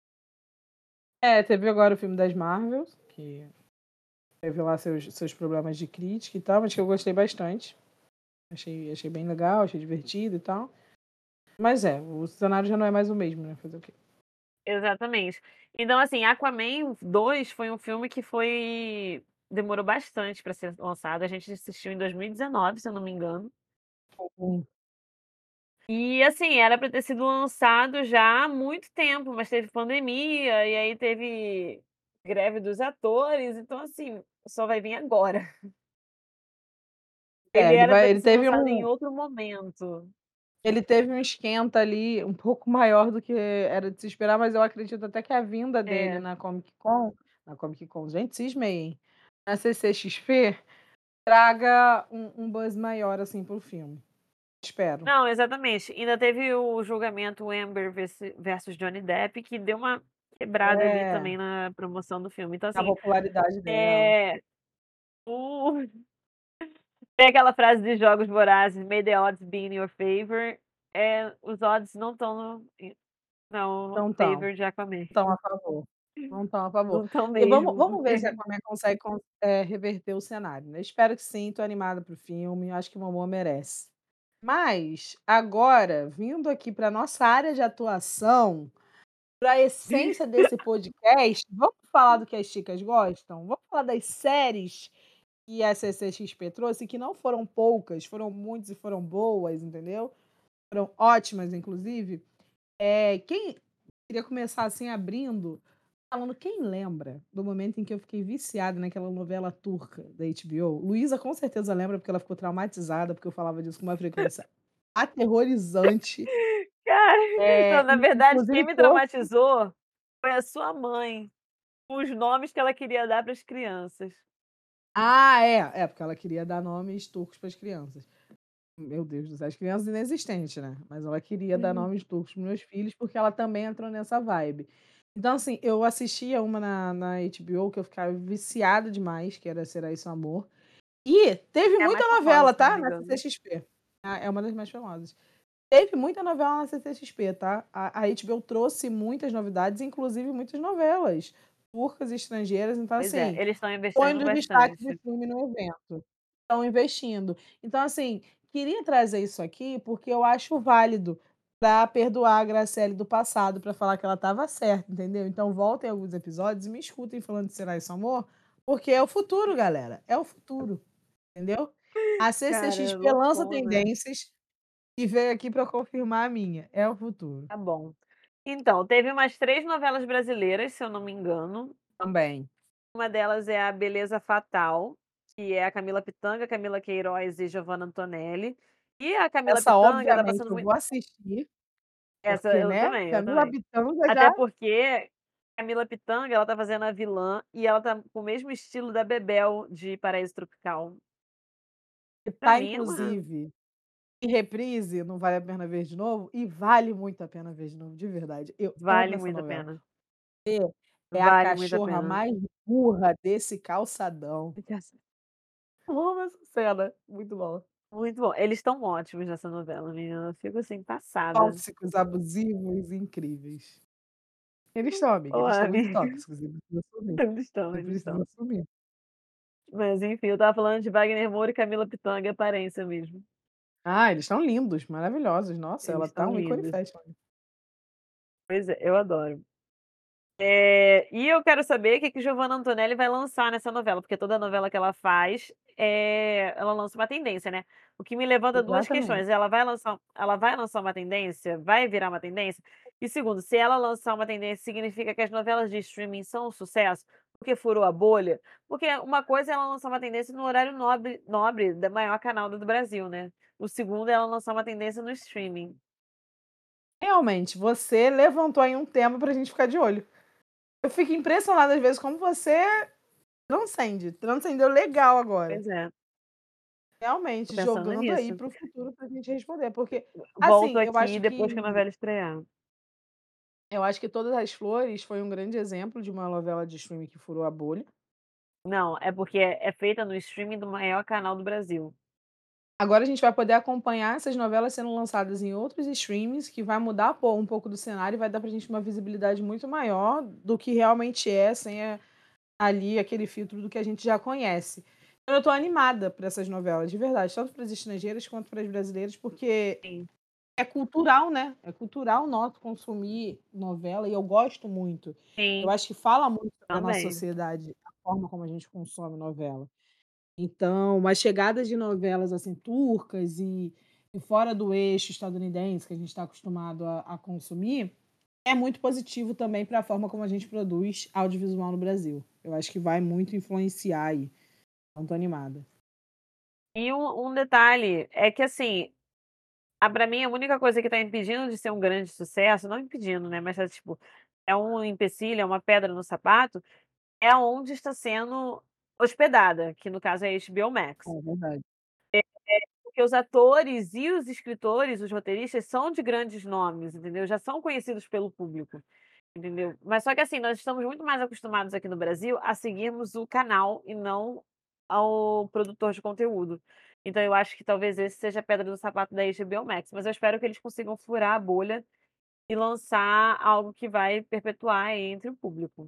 Teve agora o filme das Marvels, que teve lá seus problemas de crítica e tal, mas que eu gostei bastante. Achei bem legal, achei divertido e tal. Mas o cenário já não é mais o mesmo, né, fazer o quê? Exatamente. Então, assim, Aquaman 2 foi um filme que foi demorou bastante para ser lançado. A gente assistiu em 2019, se eu não me engano. Hum. E assim, era para ter sido lançado já há muito tempo, mas teve pandemia e aí teve greve dos atores, então assim, só vai vir agora. Ele era para ter Ele sido teve lançado em um outro momento. ele teve um esquenta ali um pouco maior do que era de se esperar, mas eu acredito até que a vinda dele É. na Comic Con, gente, cismei, hein, na CCXP, traga um buzz maior, assim, para o filme. Espero. Não, exatamente. Ainda teve o julgamento Amber versus Johnny Depp, que deu uma quebrada ali É, também na promoção do filme. Então a assim, popularidade dela. eh, o tem aquela frase de Jogos Vorazes: "May the odds be in your favor", os odds não estão no Não estão, favor de Aquaman. estão a favor, não estão a favor. Não estão E vamos mesmo, vamos ver se a porque Aquaman consegue reverter o cenário, né. Espero que sim, tô animada para o filme, acho que o Momoa merece. Mas, agora, vindo aqui para nossa área de atuação, para a essência desse podcast, vamos falar do que as chicas gostam? Vamos falar das séries que a CCXP trouxe, que não foram poucas, foram muitas e foram boas, entendeu? Foram ótimas, inclusive. Quem queria começar, assim, abrindo, falando quem lembra do momento em que eu fiquei viciada naquela novela turca da HBO? Luísa com certeza lembra, porque ela ficou traumatizada, porque eu falava disso com uma frequência aterrorizante. cara, não, na verdade quem Inclusive me trouxe traumatizou foi a sua mãe, com os nomes que ela queria dar para as crianças. porque ela queria dar nomes turcos para as crianças. Meu Deus do céu, as crianças inexistentes, né, mas ela queria dar nomes turcos para os meus filhos, porque ela também entrou nessa vibe. Então, assim, eu assistia uma na HBO que eu ficava viciada demais, que era Será Isso Amor, e teve É a muita mais famosa, novela, se eu não tá, me na engano. CCXP. É uma das mais famosas. Teve muita novela na CCXP, tá, a HBO trouxe muitas novidades, inclusive muitas novelas turcas e estrangeiras, então, Pois é, assim, eles estão foi um investindo dos destaques do bastante. filme no evento. Estão investindo. Então, assim, queria trazer isso aqui, porque eu acho válido para perdoar a Graciele do passado, para falar que ela estava certa, entendeu? Então voltem alguns episódios e me escutem falando de Será Isso Amor, porque é o futuro, galera, é o futuro, entendeu? A Cara, CCXP lança loucona. tendências e veio aqui para confirmar a minha, é o futuro. Tá bom. Então, teve umas 3 novelas brasileiras, se eu não me engano. Também. Uma delas é a Beleza Fatal, que é a Camila Pitanga, Camila Queiroz e Giovanna Antonelli. E a Camila Essa, Pitanga tá obviamente, passando eu muito vou assistir, essa porque, eu né, também, eu Camila também. Pitanga Até já porque Camila Pitanga, ela tá fazendo a vilã e ela tá com o mesmo estilo da Bebel de Paraíso Tropical. Pra tá, mim é uma inclusive em reprise, não vale a pena ver de novo, e vale muito a pena ver de novo, de verdade. Eu amo vale essa muito a novela. pena. É a Vale muito a cachorra pena. mais burra desse calçadão. Eu amo essa cena, muito bom. Muito bom. Eles estão ótimos nessa novela, menina. Eu fico, assim, passada. Tóxicos, abusivos, incríveis. Eles estão, amiga, eles Porra, estão muito amiga. tóxicos, e precisam assumir, Eles estão, e eles precisam estão. assumir. Mas enfim, eu estava falando de Wagner Moura e Camila Pitanga, aparência mesmo. Ah, eles estão lindos, maravilhosos. Nossa, Eles ela tá estão um ícone lindos. fashion. Pois é, eu adoro. E eu quero saber o que que Giovanna Antonelli vai lançar nessa novela, porque toda novela que ela faz, ela lança uma tendência, né. O que me levanta 2 Exatamente. questões: ela vai lançar uma tendência? Vai virar uma tendência? E segundo, se ela lançar uma tendência, significa que as novelas de streaming são um sucesso, porque furou a bolha? Porque uma coisa é ela lançar uma tendência no horário nobre da maior canal do Brasil, né. O segundo é ela lançar uma tendência no streaming. Realmente, você levantou aí um tema pra gente ficar de olho. Eu fico impressionada às vezes como você transcendeu legal agora. Pois é, tô Realmente, pensando jogando aí nisso. para o futuro pra gente responder, porque, Volto assim, aqui depois que a novela estrear. eu acho que Todas as Flores foi um grande exemplo de uma novela de streaming que furou a bolha. Não, é porque é feita no streaming do maior canal do Brasil. Agora a gente vai poder acompanhar essas novelas sendo lançadas em outros streamings, que vai mudar um pouco do cenário e vai dar pra gente uma visibilidade muito maior do que realmente é, sem ali aquele filtro do que a gente já conhece. Então eu tô animada pra essas novelas, de verdade, tanto para as estrangeiras quanto para as brasileiras, porque Sim, é cultural, né, é cultural nosso consumir novela e eu gosto muito. Eu sim, acho que fala muito sobre a nossa também. sociedade. forma como a gente consome novela. Então, as chegadas de novelas, assim, turcas e fora do eixo estadunidense, que a gente está acostumado a consumir, é muito positivo também para a forma como a gente produz audiovisual no Brasil. Eu acho que vai muito influenciar aí. Não tô animada. E um detalhe é que, assim, pra mim, a única coisa que tá impedindo de ser um grande sucesso, não impedindo, né, mas é tipo, é um empecilho, é uma pedra no sapato, é onde está sendo hospedada, que no caso é a HBO Max. É verdade. Porque os atores e os escritores, os roteiristas são de grandes nomes, entendeu? Já são conhecidos pelo público, entendeu? Mas só que assim, nós estamos muito mais acostumados aqui no Brasil a seguirmos o canal e não ao produtor de conteúdo. Então eu acho que talvez esse seja a pedra do sapato da HBO Max, mas eu espero que eles consigam furar a bolha e lançar algo que vai perpetuar entre o público.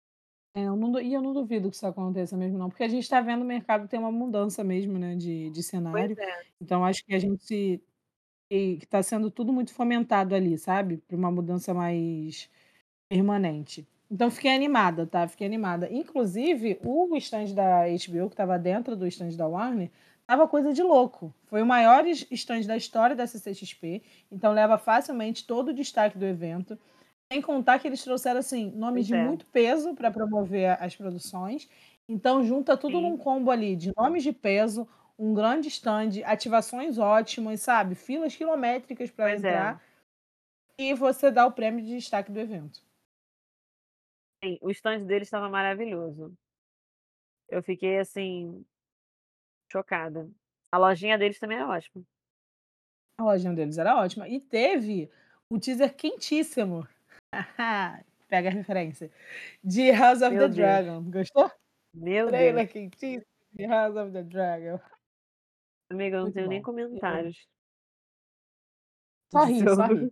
Eu não duvido que isso aconteça mesmo não, porque a gente está vendo o mercado ter uma mudança mesmo, né, de Pois cenário, é. então acho que a gente que está sendo tudo muito fomentado ali, sabe, para uma mudança mais permanente. Então fiquei animada, tá, fiquei animada. Inclusive, o stand da HBO, que estava dentro do stand da Warner, estava coisa de louco. Foi o maior stand da história da CCXP, então leva facilmente todo o destaque do evento. Sem contar que eles trouxeram, assim, nomes Pois de é. muito peso para promover as produções. Então junta tudo num Sim, combo ali de nomes de peso, um grande stand, ativações ótimas, sabe, filas quilométricas para pois é. entrar, e você dá o prêmio de destaque do evento. Sim, o stand deles estava maravilhoso. Eu fiquei, assim, chocada. A lojinha deles também é ótima. A lojinha deles era ótima. E teve o teaser quentíssimo. Pega a referência. De House of the Meu Deus, Dragon. Gostou? meu Deus. Trailer quentíssimo de House of the Dragon. Amiga, eu não Muito tenho nem bom. comentários Só ri, só ri. sobre.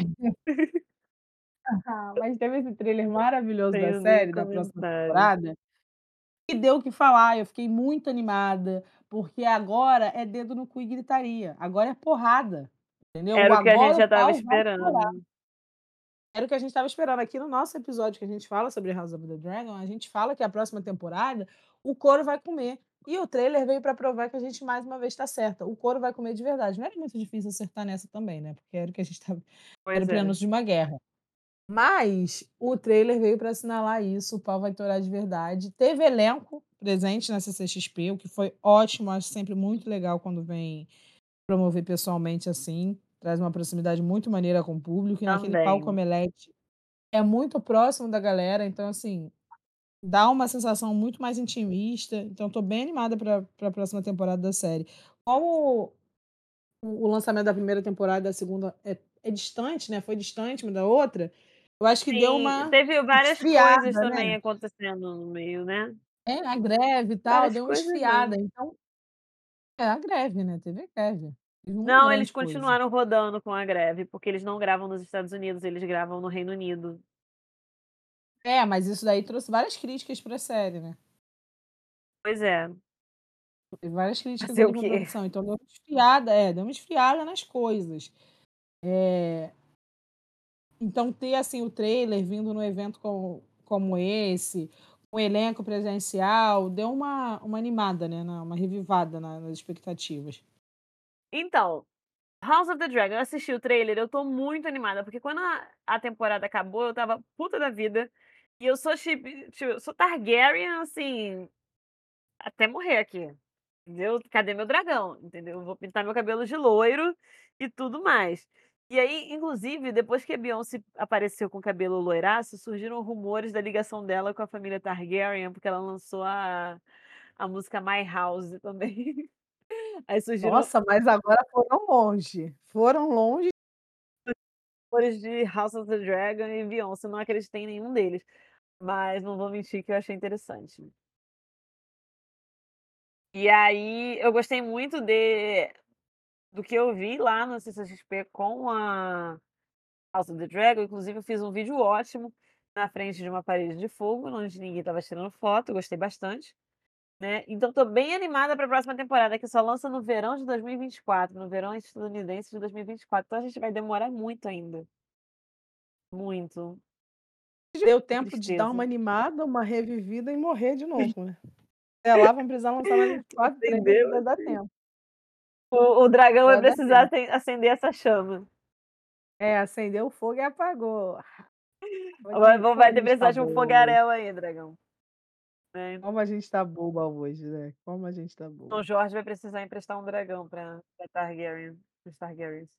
Mas teve esse trailer maravilhoso da Tenho nem série, da próxima comentários. temporada, e deu o que falar. Eu fiquei muito animada, porque agora é dedo no cu e gritaria. Agora é porrada. Entendeu? Era o que a gente Agora já o estava pau vai torar. esperando. Era o que a gente estava esperando. Aqui no nosso episódio que a gente fala sobre House of the Dragon, a gente fala que a próxima temporada o couro vai comer. E o trailer veio para provar que a gente mais uma vez está certa. O couro vai comer de verdade. Não era muito difícil acertar nessa também, né? Porque era o que a gente estava. Era Pois o é. prenúncio de uma guerra. Mas o trailer veio para assinalar isso. O pau vai torar de verdade. Teve elenco presente na CCXP, o que foi ótimo. Acho sempre muito legal quando vem promover pessoalmente assim. Traz uma proximidade muito maneira com o público. E naquele palco Também. omelete é muito próximo da galera, então assim, dá uma sensação muito mais intimista, então estou bem animada para a próxima temporada da série. Como o lançamento da primeira temporada e da segunda é distante, né, foi distante uma da outra, eu acho que deu Sim, uma teve várias coisas esfriada, também né. acontecendo no meio, né. É, a greve e tal, Várias deu uma coisas esfriada, não. então a greve, né, teve greve. Teve uma Não, eles grande coisa. continuaram rodando com a greve, porque eles não gravam nos Estados Unidos, eles gravam no Reino Unido. É, mas isso daí trouxe várias críticas pra série, né. Pois é, Teve várias críticas fazer ali o pra quê? produção, então deu uma esfriada nas coisas. Então ter, assim, o trailer vindo num evento como esse, um elenco presencial, deu uma animada, né, uma revivada nas expectativas. Então, House of the Dragon, eu assisti o trailer, eu tô muito animada, porque quando a temporada acabou, eu estava puta da vida, e eu sou tipo, eu sou Targaryen, assim, até morrer aqui, entendeu? Cadê meu dragão, entendeu? Eu vou pintar meu cabelo de loiro e tudo mais. E aí, inclusive, depois que a Beyoncé apareceu com o cabelo loiraço, surgiram rumores da ligação dela com a família Targaryen, porque ela lançou a música My House também. Aí surgiram Nossa, mas agora foram longe. rumores de House of the Dragon e Beyoncé, eu não acreditei em nenhum deles, mas não vou mentir que eu achei interessante. E aí, eu gostei muito do que eu vi lá no CCXP com a House of the Dragon, inclusive eu fiz um vídeo ótimo na frente de uma parede de fogo, onde ninguém estava tirando foto, eu gostei bastante, né. Então tô bem animada para a próxima temporada, que só lança no verão de 2024, no verão estadunidense de 2024, então a gente vai demorar muito ainda. Muito. Deu Que tempo de dar uma tristeza. animada, uma revivida e morrer de novo, né. Até lá vão precisar lançar mais uns 4 trailers, Entendeu? ainda dá tempo. O dragão vai Ainda dá precisar tempo. acender essa chama. É, acendeu o fogo e apagou. Fala Vai que vai como a vai ter gente tá precisar de um boba hoje. fogaréu aí, dragão. Né. Como a gente tá boba hoje, né. Como a gente tá São boba. Jorge vai precisar emprestar um dragão pra Targaryen, para os Targaryens.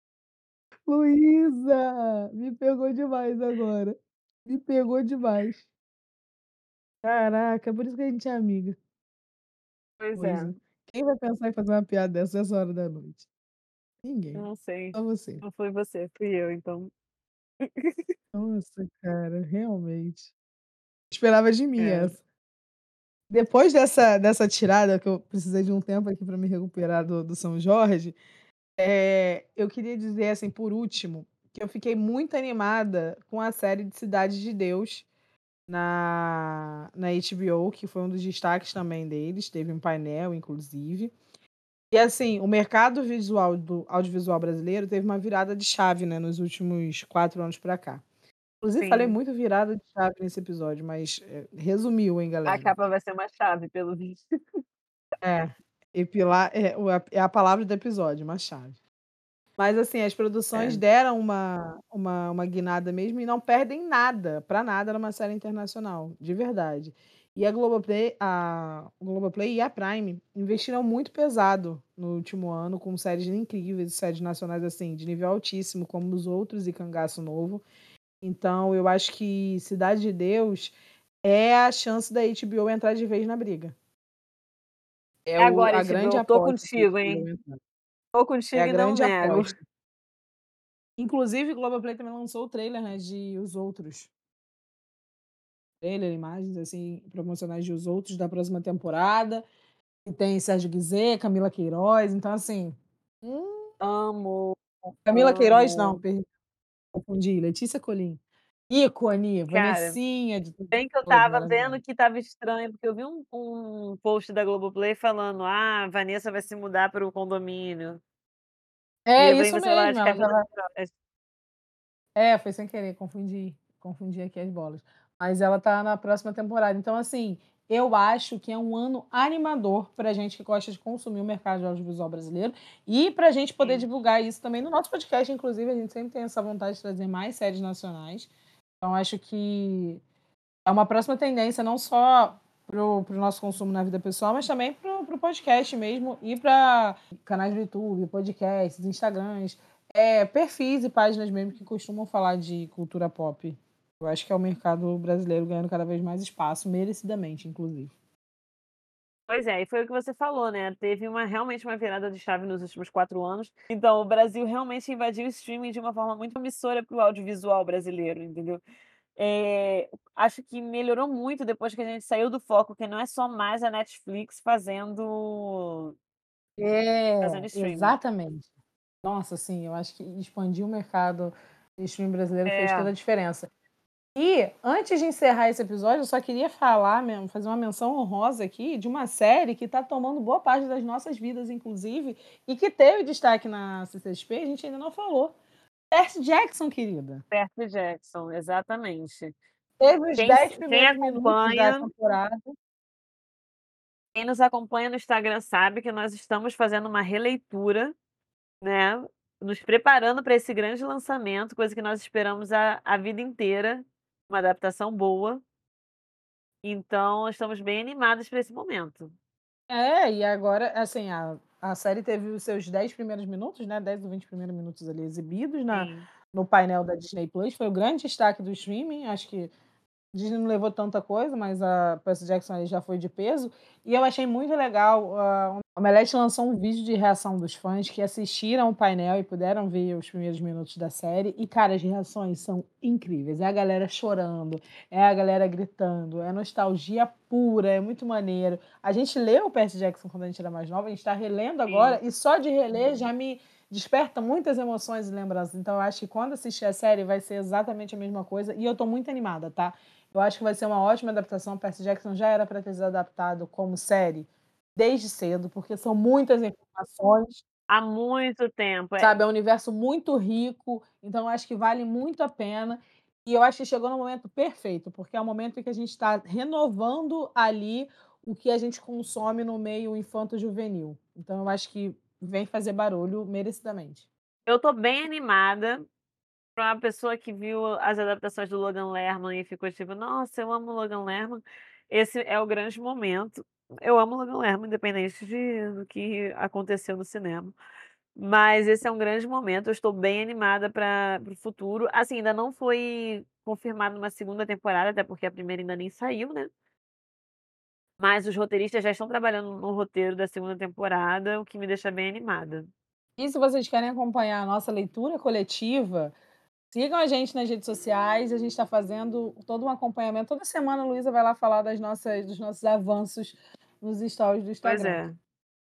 Luísa, me pegou demais agora. Me pegou demais. Caraca, é por isso que a gente é amiga. Pois é, Luísa, quem vai pensar em fazer uma piada dessa essa hora da noite? eu Ninguém, não sei, só você. não foi você, fui eu então. Nossa, cara, realmente. Esperava de mim É, essa. Depois dessa tirada, que eu precisei de um tempo aqui para me recuperar do São Jorge, eu queria dizer, assim, por último, que eu fiquei muito animada com a série de Cidade de Deus na HBO, que foi um dos destaques também deles, teve um painel inclusive. E assim, o mercado visual do audiovisual brasileiro teve uma virada de chave, né, nos últimos 4 anos para cá. Inclusive falei sim, muito virada de chave nesse episódio, mas, resumiu, hein, a galera. capa vai ser uma chave pelo visto. É, epilar é a palavra do episódio, uma chave. Mas assim, as produções É, deram uma guinada mesmo e não perdem nada, pra nada numa série internacional, de verdade. E o Globoplay e a Prime investiram muito pesado no último ano com séries incríveis, séries nacionais, assim, de nível altíssimo, como Os Outros e Cangaço Novo. Então eu acho que Cidade de Deus é a chance da HBO entrar de vez na briga. É é agora a grande HBO, tô aposta da contigo, HBO hein, entrar. tô É a contigo e não grande nego. aposta. Inclusive, o Globoplay também lançou o trailer, né, de Os Outros. Trailer, imagens, assim, promocionais de Os Outros da próxima temporada. E tem Sérgio Guizê, Camila Queiroz, então assim, hum, Amo, Camila Queiroz não, amo. confundi, Letícia Colin. Ícone, Cara, Vanessinha de bem que eu todas estava vendo maravilhosas. que estava estranho, porque eu vi um post da Globoplay falando: "Ah, Vanessa vai se mudar para o condomínio". E É eu falei: isso "Você vai lá mesmo, de ela Camila estava Queiroz". foi sem querer, confundi aqui as bolas. Mas ela tá na próxima temporada. Então, assim, eu acho que é um ano animador pra gente que gosta de consumir o mercado de audiovisual brasileiro e pra gente poder Sim, divulgar isso também no nosso podcast, inclusive, a gente sempre tem essa vontade de trazer mais séries nacionais. Então, acho que é uma próxima tendência, não só pro nosso consumo na vida pessoal, mas também pro podcast mesmo e para canais do YouTube, podcasts, Instagrams, perfis e páginas mesmo que costumam falar de cultura pop. Eu acho que é o mercado brasileiro ganhando cada vez mais espaço, merecidamente, inclusive. pois é, e foi o que você falou, né, teve realmente uma virada de chave nos últimos 4 anos, então o Brasil realmente invadiu o streaming de uma forma muito promissora para o audiovisual brasileiro, entendeu. Acho que melhorou muito depois que a gente saiu do foco, que não é só mais a Netflix fazendo streaming. Exatamente. Nossa, sim, eu acho que expandir o mercado de streaming brasileiro fez É, toda a diferença. E, antes de encerrar esse episódio, eu só queria falar mesmo, fazer uma menção honrosa aqui de uma série que está tomando boa parte das nossas vidas, inclusive, e que teve destaque na CCXP, a gente ainda não falou. Percy Jackson, querida. Percy Jackson, exatamente. Teve os Quem 10 quem primeiros minutos da acompanha temporada. quem nos acompanha no Instagram sabe que nós estamos fazendo uma releitura, né, nos preparando para esse grande lançamento, coisa que nós esperamos a vida inteira, uma adaptação boa. Então estamos bem animados para esse momento. E agora, assim, a série teve os seus 10 primeiros minutos, né? 10 ou 20 primeiros minutos ali exibidos Sim, no painel da Disney Plus. Foi o grande destaque do streaming. Acho que Disney não levou tanta coisa, mas a Percy Jackson aí já foi de peso. E eu achei muito legal. A Omelete lançou um vídeo de reação dos fãs que assistiram o painel e puderam ver os primeiros minutos da série. E, cara, as reações são incríveis. É a galera chorando, é a galera gritando, é nostalgia pura, é muito maneiro. A gente leu o Percy Jackson quando a gente era mais nova, a gente está relendo agora, sim. e só de reler já me desperta muitas emoções e lembranças. Então, eu acho que quando assistir a série vai ser exatamente a mesma coisa. E eu tô muito animada, tá? Eu acho que vai ser uma ótima adaptação. Percy Jackson já era para ter sido adaptado como série desde cedo, porque são muitas informações, Há muito tempo, sabe? É um universo muito rico, então eu acho que vale muito a pena. E eu acho que chegou no momento perfeito, porque é o momento em que a gente está renovando ali o que a gente consome no meio infanto-juvenil. Então eu acho que vem fazer barulho merecidamente. Eu tô bem animada pra uma pessoa que viu as adaptações do Logan Lerman e ficou tipo: "Nossa, eu amo Logan Lerman". Esse é o grande momento. Eu amo Logan Lerman, independente do que aconteceu no cinema. Mas esse é um grande momento, eu estou bem animada para o futuro. Assim, ainda não foi confirmado uma segunda temporada, até porque a primeira ainda nem saiu, né. Mas os roteiristas já estão trabalhando no roteiro da segunda temporada, o que me deixa bem animada. E se vocês querem acompanhar a nossa leitura coletiva, sigam a gente nas redes sociais, a gente está fazendo todo um acompanhamento. Toda semana a Luísa vai lá falar dos nossos avanços nos stories do Pois Instagram. é.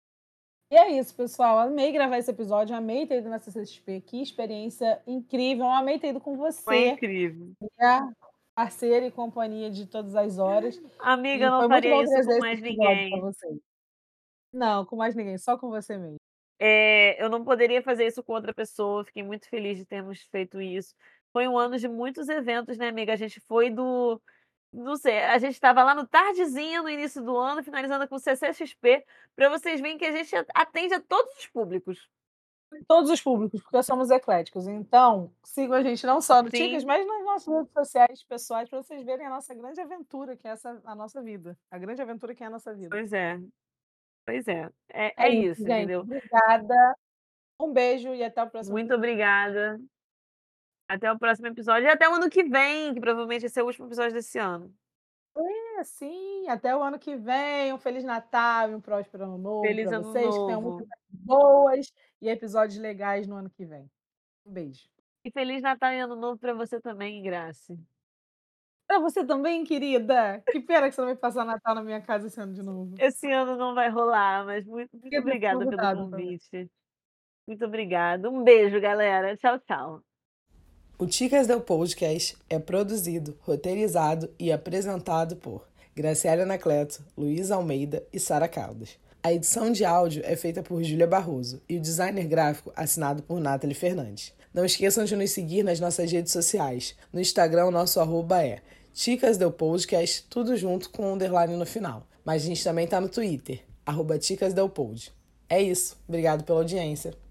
E é isso, pessoal. Amei gravar esse episódio, amei ter ido na CCXP. Que experiência incrível. Amei ter ido com Foi você, incrível. minha parceira e companhia de todas as horas. Amiga, eu E não foi muito faria bom isso com trazer esse mais episódio para ninguém. vocês. Não, com mais ninguém, só com você mesmo. Eu não poderia fazer isso com outra pessoa, fiquei muito feliz de termos feito isso. Foi um ano de muitos eventos, né, amiga? A gente foi do não sei, a gente estava lá no tardezinha, no início do ano, finalizando com o CCXP, para vocês verem que a gente atende a todos os públicos. Todos os públicos, porque somos ecléticos. Então, sigam a gente não só no Ticas, Sim, mas nas nossas redes sociais pessoais, para vocês verem a nossa grande aventura, que é a nossa vida. A grande aventura que é a nossa vida. pois é, pois é. É É isso, isso, gente. entendeu? Obrigada. Um beijo e até o próximo Muito episódio. obrigada. Até o próximo episódio e até o ano que vem, que provavelmente esse é o último episódio desse ano. É, sim, até o ano que vem. Um Feliz Natal e um próspero ano novo Feliz para ano vocês, que tenham muitas novo. coisas boas e episódios legais no ano que vem. Um beijo. E feliz Natal e ano novo para você também, Grace. Para você também, querida. Que pena que você não vai passar Natal na minha casa esse ano de novo. Esse ano não vai rolar, mas muito Queria ter obrigada pelo convidado também. convite. Muito obrigada. Um beijo, galera. Tchau, tchau. O Ticas Del Podcast é produzido, roteirizado e apresentado por Graciela Anacleto, Luiz Almeida e Sara Caldas. A edição de áudio é feita por Júlia Barroso e o designer gráfico assinado por Nathalie Fernandes. Não esqueçam de nos seguir nas nossas redes sociais. No Instagram, o nosso arroba é Ticas Del Podcast, tudo junto com um underline no final. Mas a gente também tá no Twitter, @TicasDelPod. É isso. Obrigado pela audiência.